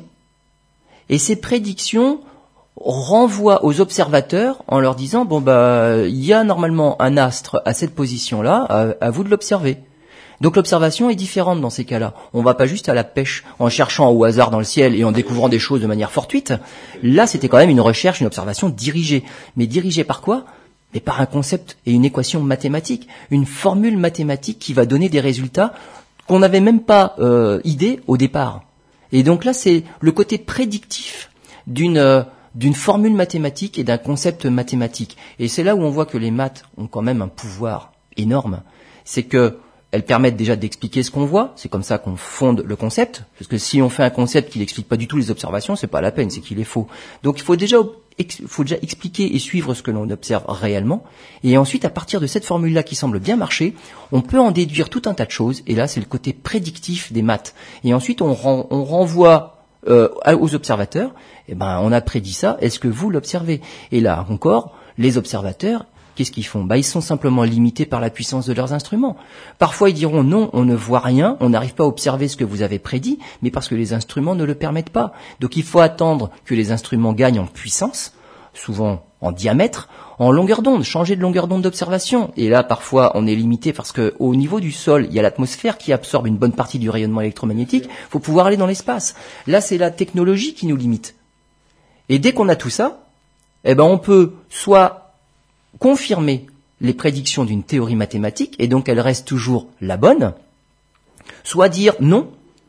[SPEAKER 2] et ces prédictions renvoient aux observateurs en leur disant il y a normalement un astre à cette position-là, à vous de l'observer. Donc l'observation est différente dans ces cas-là. On va pas juste à la pêche en cherchant au hasard dans le ciel et en découvrant des choses de manière fortuite. Là, c'était quand même une recherche, une observation dirigée. Mais dirigée par quoi ? Mais par un concept et une équation mathématique, une formule mathématique qui va donner des résultats qu'on n'avait même pas idée au départ. Et donc là, c'est le côté prédictif d'une formule mathématique et d'un concept mathématique. Et c'est là où on voit que les maths ont quand même un pouvoir énorme. C'est que elles permettent déjà d'expliquer ce qu'on voit, c'est comme ça qu'on fonde le concept, parce que si on fait un concept qui n'explique pas du tout les observations, c'est pas la peine, c'est qu'il est faux. Donc il faut déjà expliquer et suivre ce que l'on observe réellement, et ensuite à partir de cette formule-là qui semble bien marcher, on peut en déduire tout un tas de choses, et là c'est le côté prédictif des maths. Et ensuite on renvoie aux observateurs, on a prédit ça, est-ce que vous l'observez ? Et là encore, les observateurs, qu'est-ce qu'ils font ? Ils sont simplement limités par la puissance de leurs instruments. Parfois, ils diront non, on ne voit rien, on n'arrive pas à observer ce que vous avez prédit, mais parce que les instruments ne le permettent pas. Donc, il faut attendre que les instruments gagnent en puissance, souvent en diamètre, en longueur d'onde, changer de longueur d'onde d'observation. Et là, parfois, on est limité parce que au niveau du sol, il y a l'atmosphère qui absorbe une bonne partie du rayonnement électromagnétique. Il faut pouvoir aller dans l'espace. Là, c'est la technologie qui nous limite. Et dès qu'on a tout ça, on peut soit confirmer les prédictions d'une théorie mathématique, et donc elle reste toujours la bonne, soit dire non,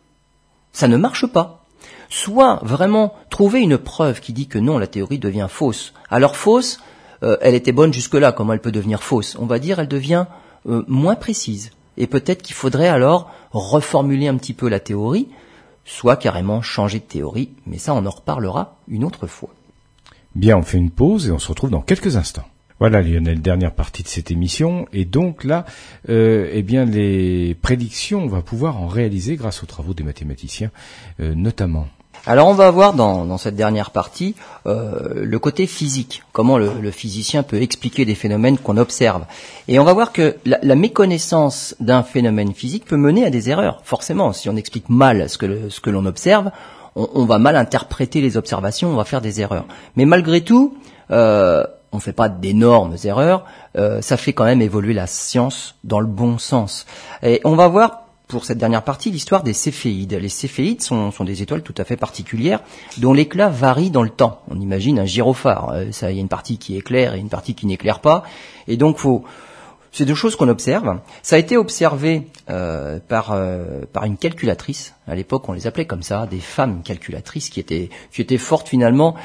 [SPEAKER 2] ça ne marche pas, soit vraiment trouver une preuve qui dit que non, la théorie devient fausse. Alors fausse, elle était bonne jusque-là, comment elle peut devenir fausse ? On va dire elle devient moins précise, et peut-être qu'il faudrait alors reformuler un petit peu la théorie, soit carrément changer de théorie, mais ça on en reparlera une autre fois.
[SPEAKER 1] Bien, on fait une pause et on se retrouve dans quelques instants. Voilà Lionel, dernière partie de cette émission, et donc là, les prédictions, on va pouvoir en réaliser grâce aux travaux des mathématiciens, notamment.
[SPEAKER 2] Alors on va voir dans cette dernière partie le côté physique, comment le physicien peut expliquer des phénomènes qu'on observe. Et on va voir que la méconnaissance d'un phénomène physique peut mener à des erreurs. Forcément, si on explique mal ce que l'on observe, on va mal interpréter les observations, on va faire des erreurs. Mais malgré tout, on fait pas d'énormes erreurs, ça fait quand même évoluer la science dans le bon sens. Et on va voir pour cette dernière partie l'histoire des céphéides. Les céphéides sont des étoiles tout à fait particulières dont l'éclat varie dans le temps. On imagine un gyrophare, il y a une partie qui éclaire et une partie qui n'éclaire pas, et donc c'est 2 choses qu'on observe. Ça a été observé par une calculatrice. À l'époque, on les appelait comme ça, des femmes calculatrices qui étaient fortes finalement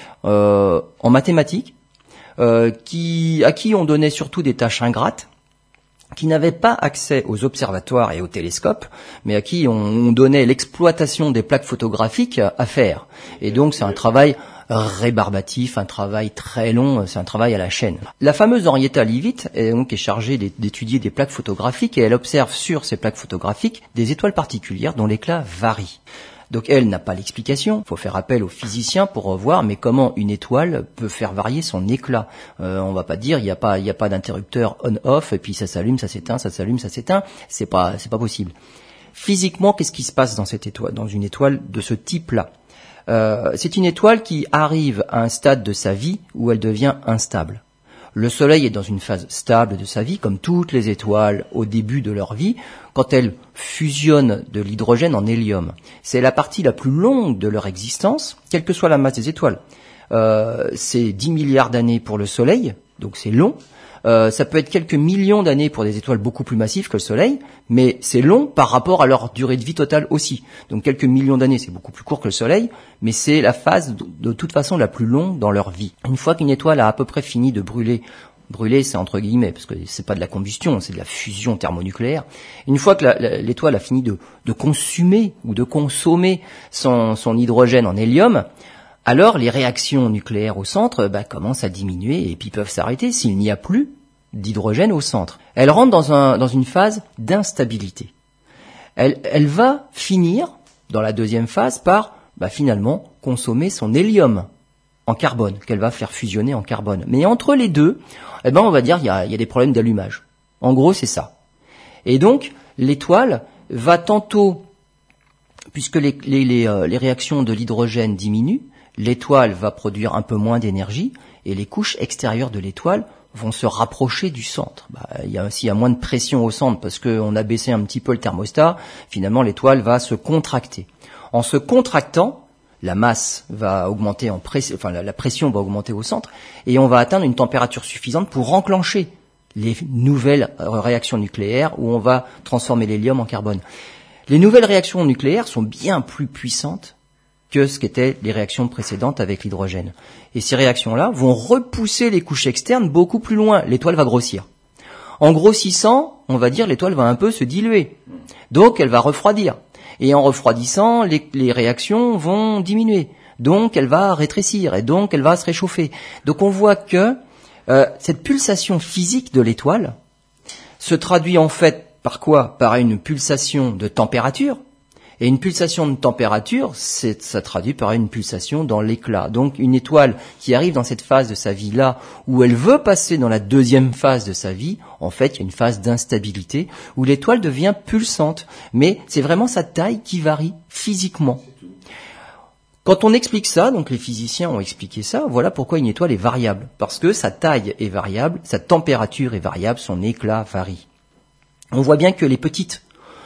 [SPEAKER 2] en mathématiques, à qui on donnait surtout des tâches ingrates, qui n'avaient pas accès aux observatoires et aux télescopes, mais à qui on donnait l'exploitation des plaques photographiques à faire. Et donc c'est un travail rébarbatif, un travail très long, c'est un travail à la chaîne. La fameuse Henrietta Leavitt est chargée d'étudier des plaques photographiques, et elle observe sur ces plaques photographiques des étoiles particulières dont l'éclat varie. Donc elle n'a pas l'explication, il faut faire appel aux physiciens pour voir mais comment une étoile peut faire varier son éclat. On va pas dire il y a pas d'interrupteur on-off et puis ça s'allume, ça s'éteint, ça s'allume, ça s'éteint, c'est pas possible. Physiquement, qu'est-ce qui se passe dans une étoile de ce type-là ? C'est une étoile qui arrive à un stade de sa vie où elle devient instable. Le Soleil est dans une phase stable de sa vie, comme toutes les étoiles au début de leur vie, quand elles fusionnent de l'hydrogène en hélium. C'est la partie la plus longue de leur existence, quelle que soit la masse des étoiles. C'est 10 milliards d'années pour le Soleil, donc c'est long. Ça peut être quelques millions d'années pour des étoiles beaucoup plus massives que le Soleil, mais c'est long par rapport à leur durée de vie totale aussi. Donc quelques millions d'années, c'est beaucoup plus court que le Soleil, mais c'est la phase de toute façon la plus longue dans leur vie. Une fois qu'une étoile a à peu près fini de brûler Brûler, c'est entre guillemets, parce que c'est pas de la combustion, c'est de la fusion thermonucléaire. Une fois que l'étoile a fini de consumer ou de consommer son hydrogène en hélium, alors les réactions nucléaires au centre commencent à diminuer et puis peuvent s'arrêter s'il n'y a plus d'hydrogène au centre. Elle rentre dans une phase d'instabilité. Elle va finir, dans la deuxième phase, par finalement consommer son hélium en carbone, qu'elle va faire fusionner en carbone. Mais entre les deux, on va dire il y a des problèmes d'allumage. En gros, c'est ça. Et donc, l'étoile va tantôt, puisque les réactions de l'hydrogène diminuent, l'étoile va produire un peu moins d'énergie et les couches extérieures de l'étoile vont se rapprocher du centre. Il y a moins de pression au centre parce qu'on a baissé un petit peu le thermostat. Finalement, l'étoile va se contracter. En se contractant, la masse va augmenter la pression va augmenter au centre et on va atteindre une température suffisante pour enclencher les nouvelles réactions nucléaires où on va transformer l'hélium en carbone. Les nouvelles réactions nucléaires sont bien plus puissantes que ce qu'étaient les réactions précédentes avec l'hydrogène. Et ces réactions-là vont repousser les couches externes beaucoup plus loin. L'étoile va grossir. En grossissant, on va dire l'étoile va un peu se diluer. Donc elle va refroidir. Et en refroidissant, les réactions vont diminuer. Donc elle va rétrécir et donc elle va se réchauffer. Donc on voit que cette pulsation physique de l'étoile se traduit en fait par quoi ? Par une pulsation de température. Et une pulsation de température, ça traduit par une pulsation dans l'éclat. Donc une étoile qui arrive dans cette phase de sa vie-là, où elle veut passer dans la deuxième phase de sa vie, en fait, il y a une phase d'instabilité, où l'étoile devient pulsante. Mais c'est vraiment sa taille qui varie physiquement. Quand on explique ça, donc les physiciens ont expliqué ça, voilà pourquoi une étoile est variable. Parce que sa taille est variable, sa température est variable, son éclat varie. On voit bien que les petites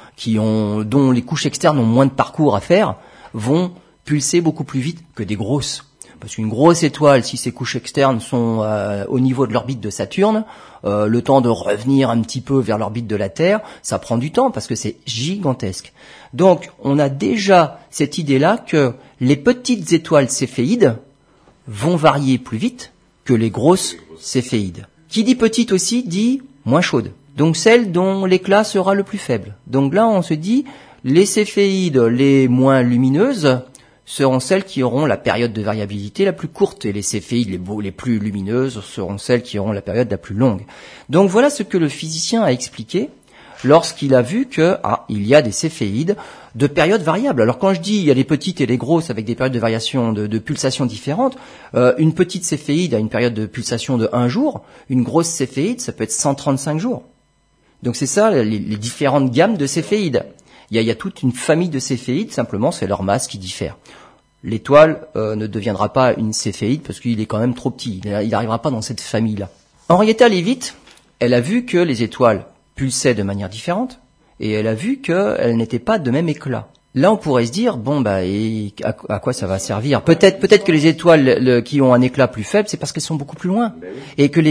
[SPEAKER 2] dont les couches externes ont moins de parcours à faire, vont pulser beaucoup plus vite que des grosses. Parce qu'une grosse étoile, si ses couches externes sont au niveau de l'orbite de Saturne, le temps de revenir un petit peu vers l'orbite de la Terre, ça prend du temps parce que c'est gigantesque. Donc, on a déjà cette idée-là que les petites étoiles céphéides vont varier plus vite que les grosses céphéides. Qui dit petite aussi dit moins chaude. Donc celle dont l'éclat sera le plus faible. Donc là, on se dit, les céphéides les moins lumineuses seront celles qui auront la période de variabilité la plus courte, et les céphéides les plus lumineuses seront celles qui auront la période la plus longue. Donc voilà ce que le physicien a expliqué lorsqu'il a vu que il y a des céphéides de périodes variables. Alors quand je dis il y a les petites et les grosses avec des périodes de variation de pulsation différentes, une petite céphéide a une période de pulsation de 1 jour, une grosse céphéide ça peut être 135 jours. Donc c'est ça, les différentes gammes de céphéides. Il y a toute une famille de céphéides, simplement c'est leur masse qui diffère. L'étoile ne deviendra pas une céphéide parce qu'il est quand même trop petit, il n'arrivera pas dans cette famille-là. Henrietta Leavitt, elle a vu que les étoiles pulsaient de manière différente et elle a vu qu'elles n'étaient pas de même éclat. Là, on pourrait se dire, et à quoi ça va servir ? Peut-être que les étoiles qui ont un éclat plus faible, c'est parce qu'elles sont beaucoup plus loin. Et que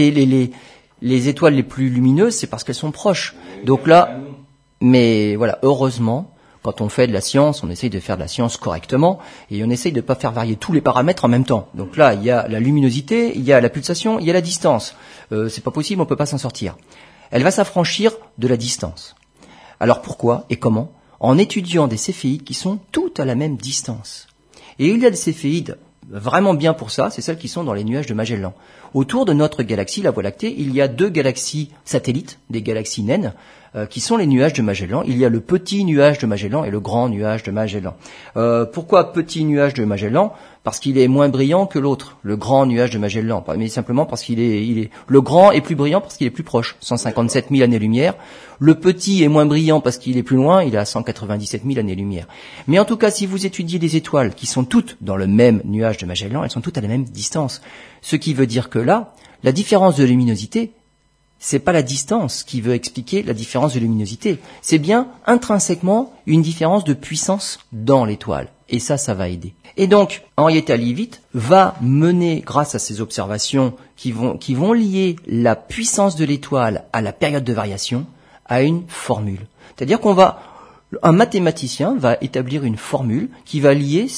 [SPEAKER 2] les étoiles les plus lumineuses, c'est parce qu'elles sont proches. Donc là, mais voilà, heureusement, quand on fait de la science, on essaye de faire de la science correctement et on essaye de pas faire varier tous les paramètres en même temps. Donc là, il y a la luminosité, il y a la pulsation, il y a la distance. C'est pas possible, on peut pas s'en sortir. Elle va s'affranchir de la distance. Alors pourquoi et comment ? En étudiant des céphéides qui sont toutes à la même distance. Et il y a des céphéides vraiment bien pour ça, c'est celles qui sont dans les nuages de Magellan. Autour de notre galaxie, la Voie lactée, il y a 2 galaxies satellites, des galaxies naines, qui sont les nuages de Magellan. Il y a le petit nuage de Magellan et le grand nuage de Magellan. Pourquoi petit nuage de Magellan ? Parce qu'il est moins brillant que l'autre, le grand nuage de Magellan. Mais simplement parce le grand est plus brillant parce qu'il est plus proche, 157 000 années-lumière. Le petit est moins brillant parce qu'il est plus loin, il est à 197 000 années-lumière. Mais en tout cas, si vous étudiez des étoiles qui sont toutes dans le même nuage de Magellan, elles sont toutes à la même distance. Ce qui veut dire que là, la différence de luminosité, c'est pas la distance qui veut expliquer la différence de luminosité. C'est bien intrinsèquement une différence de puissance dans l'étoile. Et ça va aider. Et donc, Henrietta Leavitt va mener, grâce à ces observations qui vont lier la puissance de l'étoile à la période de variation, à une formule. C'est-à-dire un mathématicien va établir une formule qui va lier cette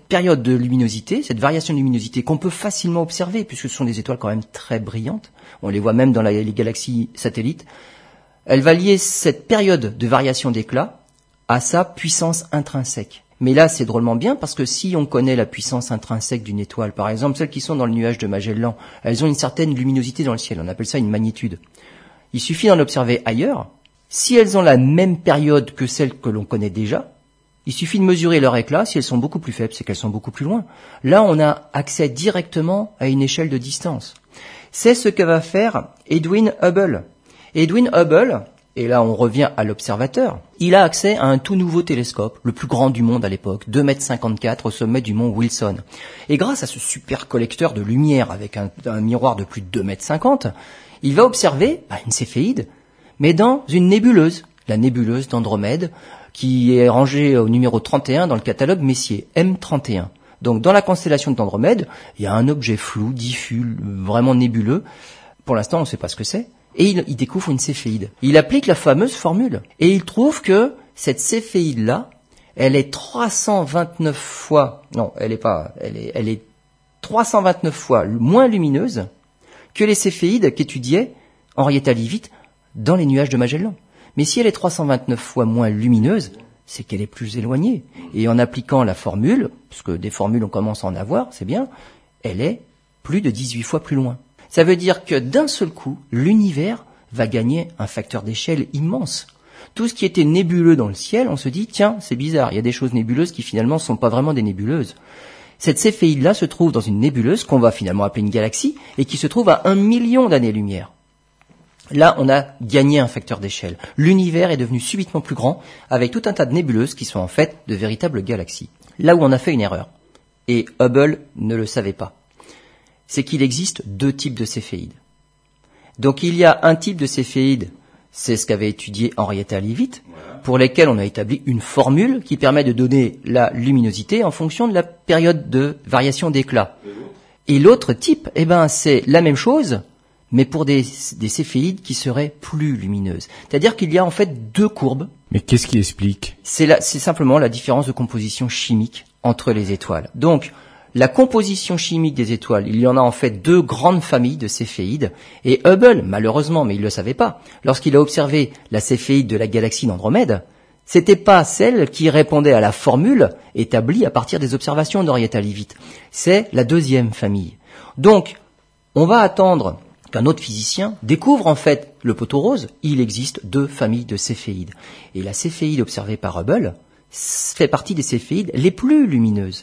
[SPEAKER 2] période de luminosité, cette variation de luminosité qu'on peut facilement observer, puisque ce sont des étoiles quand même très brillantes, on les voit même dans les galaxies satellites, elle va lier cette période de variation d'éclat à sa puissance intrinsèque. Mais là, c'est drôlement bien, parce que si on connaît la puissance intrinsèque d'une étoile, par exemple, celles qui sont dans le nuage de Magellan, elles ont une certaine luminosité dans le ciel, on appelle ça une magnitude. Il suffit d'en observer ailleurs. Si elles ont la même période que celles que l'on connaît déjà, il suffit de mesurer leur éclat. Si elles sont beaucoup plus faibles, c'est qu'elles sont beaucoup plus loin. Là, on a accès directement à une échelle de distance. C'est ce que va faire Edwin Hubble. Edwin Hubble, et là on revient à l'observateur, il a accès à un tout nouveau télescope, le plus grand du monde à l'époque, 2,54 m au sommet du mont Wilson. Et grâce à ce super collecteur de lumière avec un miroir de plus de 2,50 m, il va observer une céphéide, mais dans une nébuleuse, la nébuleuse d'Andromède, qui est rangée au numéro 31 dans le catalogue Messier, M31. Donc dans la constellation d'Andromède, il y a un objet flou, diffus, vraiment nébuleux. Pour l'instant, on ne sait pas ce que c'est. Et il découvre une céphéide. Il applique la fameuse formule. Et il trouve que cette céphéide-là, elle est 329 fois, non, elle est 329 fois moins lumineuse que les céphéides qu'étudiait Henrietta Leavitt dans les nuages de Magellan. Mais si elle est 329 fois moins lumineuse, c'est qu'elle est plus éloignée. Et en appliquant la formule, parce que des formules on commence à en avoir, c'est bien, elle est plus de 18 fois plus loin. Ça veut dire que d'un seul coup, l'univers va gagner un facteur d'échelle immense. Tout ce qui était nébuleux dans le ciel, on se dit, tiens, c'est bizarre, il y a des choses nébuleuses qui finalement ne sont pas vraiment des nébuleuses. Cette céphéide-là se trouve dans une nébuleuse qu'on va finalement appeler une galaxie et qui se trouve à 1 million d'années-lumière. Là, on a gagné un facteur d'échelle. L'univers est devenu subitement plus grand avec tout un tas de nébuleuses qui sont en fait de véritables galaxies. Là où on a fait une erreur, et Hubble ne le savait pas, c'est qu'il existe deux types de céphéides. Donc il y a un type de céphéide, c'est ce qu'avait étudié Henrietta Leavitt, pour lesquels on a établi une formule qui permet de donner la luminosité en fonction de la période de variation d'éclat. Et l'autre type, c'est la même chose, mais pour des céphéides qui seraient plus lumineuses. C'est-à-dire qu'il y a en fait deux courbes.
[SPEAKER 1] Mais qu'est-ce qui explique ?
[SPEAKER 2] C'est simplement la différence de composition chimique entre les étoiles. Donc, la composition chimique des étoiles, il y en a en fait deux grandes familles de céphéides, et Hubble, malheureusement, mais il ne le savait pas, lorsqu'il a observé la céphéide de la galaxie d'Andromède, c'était pas celle qui répondait à la formule établie à partir des observations d'Henrietta Leavitt. C'est la deuxième famille. Donc, on va attendre qu'un autre physicien découvre en fait le poteau rose. Il existe deux familles de céphéides. Et la céphéide observée par Hubble fait partie des céphéides les plus lumineuses.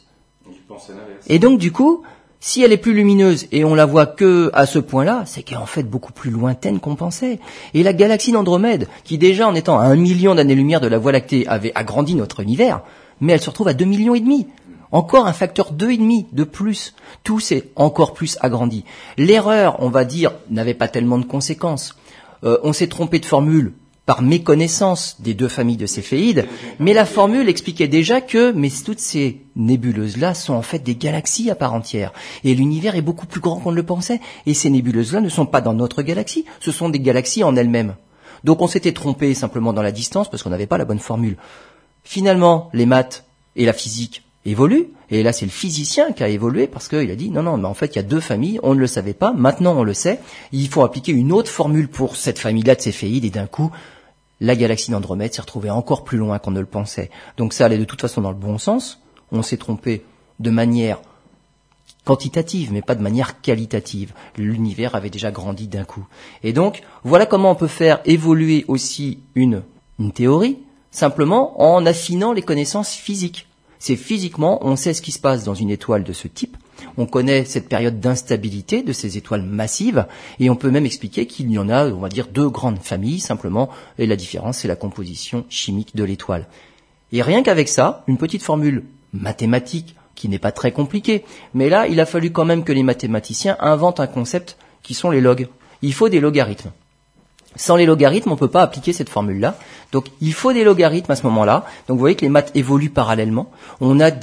[SPEAKER 2] Et donc du coup, si elle est plus lumineuse et on la voit que à ce point-là, c'est qu'elle est en fait beaucoup plus lointaine qu'on pensait. Et la galaxie d'Andromède, qui déjà en étant à 1 million d'années-lumière de la Voie lactée avait agrandi notre univers, mais elle se retrouve à 2,5 millions. Encore un facteur 2,5 de plus. Tout s'est encore plus agrandi. L'erreur, on va dire, n'avait pas tellement de conséquences. On s'est trompé de formule par méconnaissance des deux familles de céphéides, mais la formule expliquait déjà que toutes ces nébuleuses-là sont en fait des galaxies à part entière. Et l'univers est beaucoup plus grand qu'on ne le pensait. Et ces nébuleuses-là ne sont pas dans notre galaxie, ce sont des galaxies en elles-mêmes. Donc on s'était trompé simplement dans la distance parce qu'on n'avait pas la bonne formule. Finalement, les maths et la physique évoluent, et là c'est le physicien qui a évolué parce qu'il a dit non, mais en fait il y a deux familles, on ne le savait pas, maintenant on le sait, il faut appliquer une autre formule pour cette famille-là de céphéides, et d'un coup, la galaxie d'Andromède s'est retrouvée encore plus loin qu'on ne le pensait. Donc ça allait de toute façon dans le bon sens, on s'est trompé de manière quantitative, mais pas de manière qualitative. L'univers avait déjà grandi d'un coup. Et donc, voilà comment on peut faire évoluer aussi une théorie, simplement en affinant les connaissances physiques. C'est physiquement, on sait ce qui se passe dans une étoile de ce type, on connaît cette période d'instabilité de ces étoiles massives, et on peut même expliquer qu'il y en a, on va dire, deux grandes familles, simplement, et la différence, c'est la composition chimique de l'étoile. Et rien qu'avec ça, une petite formule mathématique, qui n'est pas très compliquée, mais là, il a fallu quand même que les mathématiciens inventent un concept qui sont les logs. Il faut des logarithmes. Sans les logarithmes, on ne peut pas appliquer cette formule-là. Donc, il faut des logarithmes à ce moment-là. Donc, vous voyez que les maths évoluent parallèlement. On a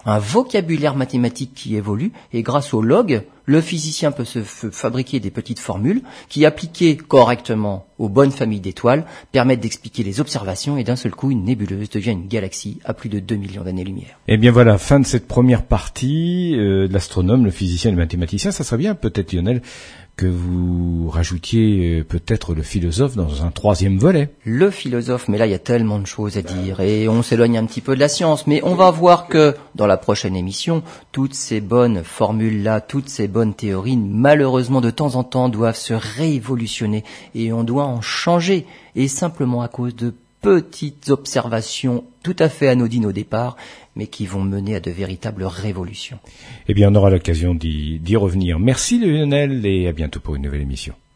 [SPEAKER 2] un vocabulaire mathématique qui évolue, et grâce au log, le physicien peut se fabriquer des petites formules qui, appliquées correctement aux bonnes familles d'étoiles, permettent d'expliquer les observations, et d'un seul coup, une nébuleuse devient une galaxie à plus de 2 millions d'années-lumière.
[SPEAKER 1] Eh bien voilà, fin de cette première partie de l'astronome, le physicien et le mathématicien. Ça serait bien, peut-être Lionel, que vous rajoutiez peut-être le philosophe dans un troisième volet.
[SPEAKER 2] Le philosophe, mais là il y a tellement de choses à dire et on s'éloigne un petit peu de la science, mais on va voir que dans la prochaine émission, toutes ces bonnes formules-là, toutes ces bonnes théories, malheureusement de temps en temps doivent se révolutionner et on doit en changer, et simplement à cause de petites observations tout à fait anodines au départ, mais qui vont mener à de véritables révolutions.
[SPEAKER 1] Eh bien, on aura l'occasion d'y revenir. Merci Lionel, et à bientôt pour une nouvelle émission.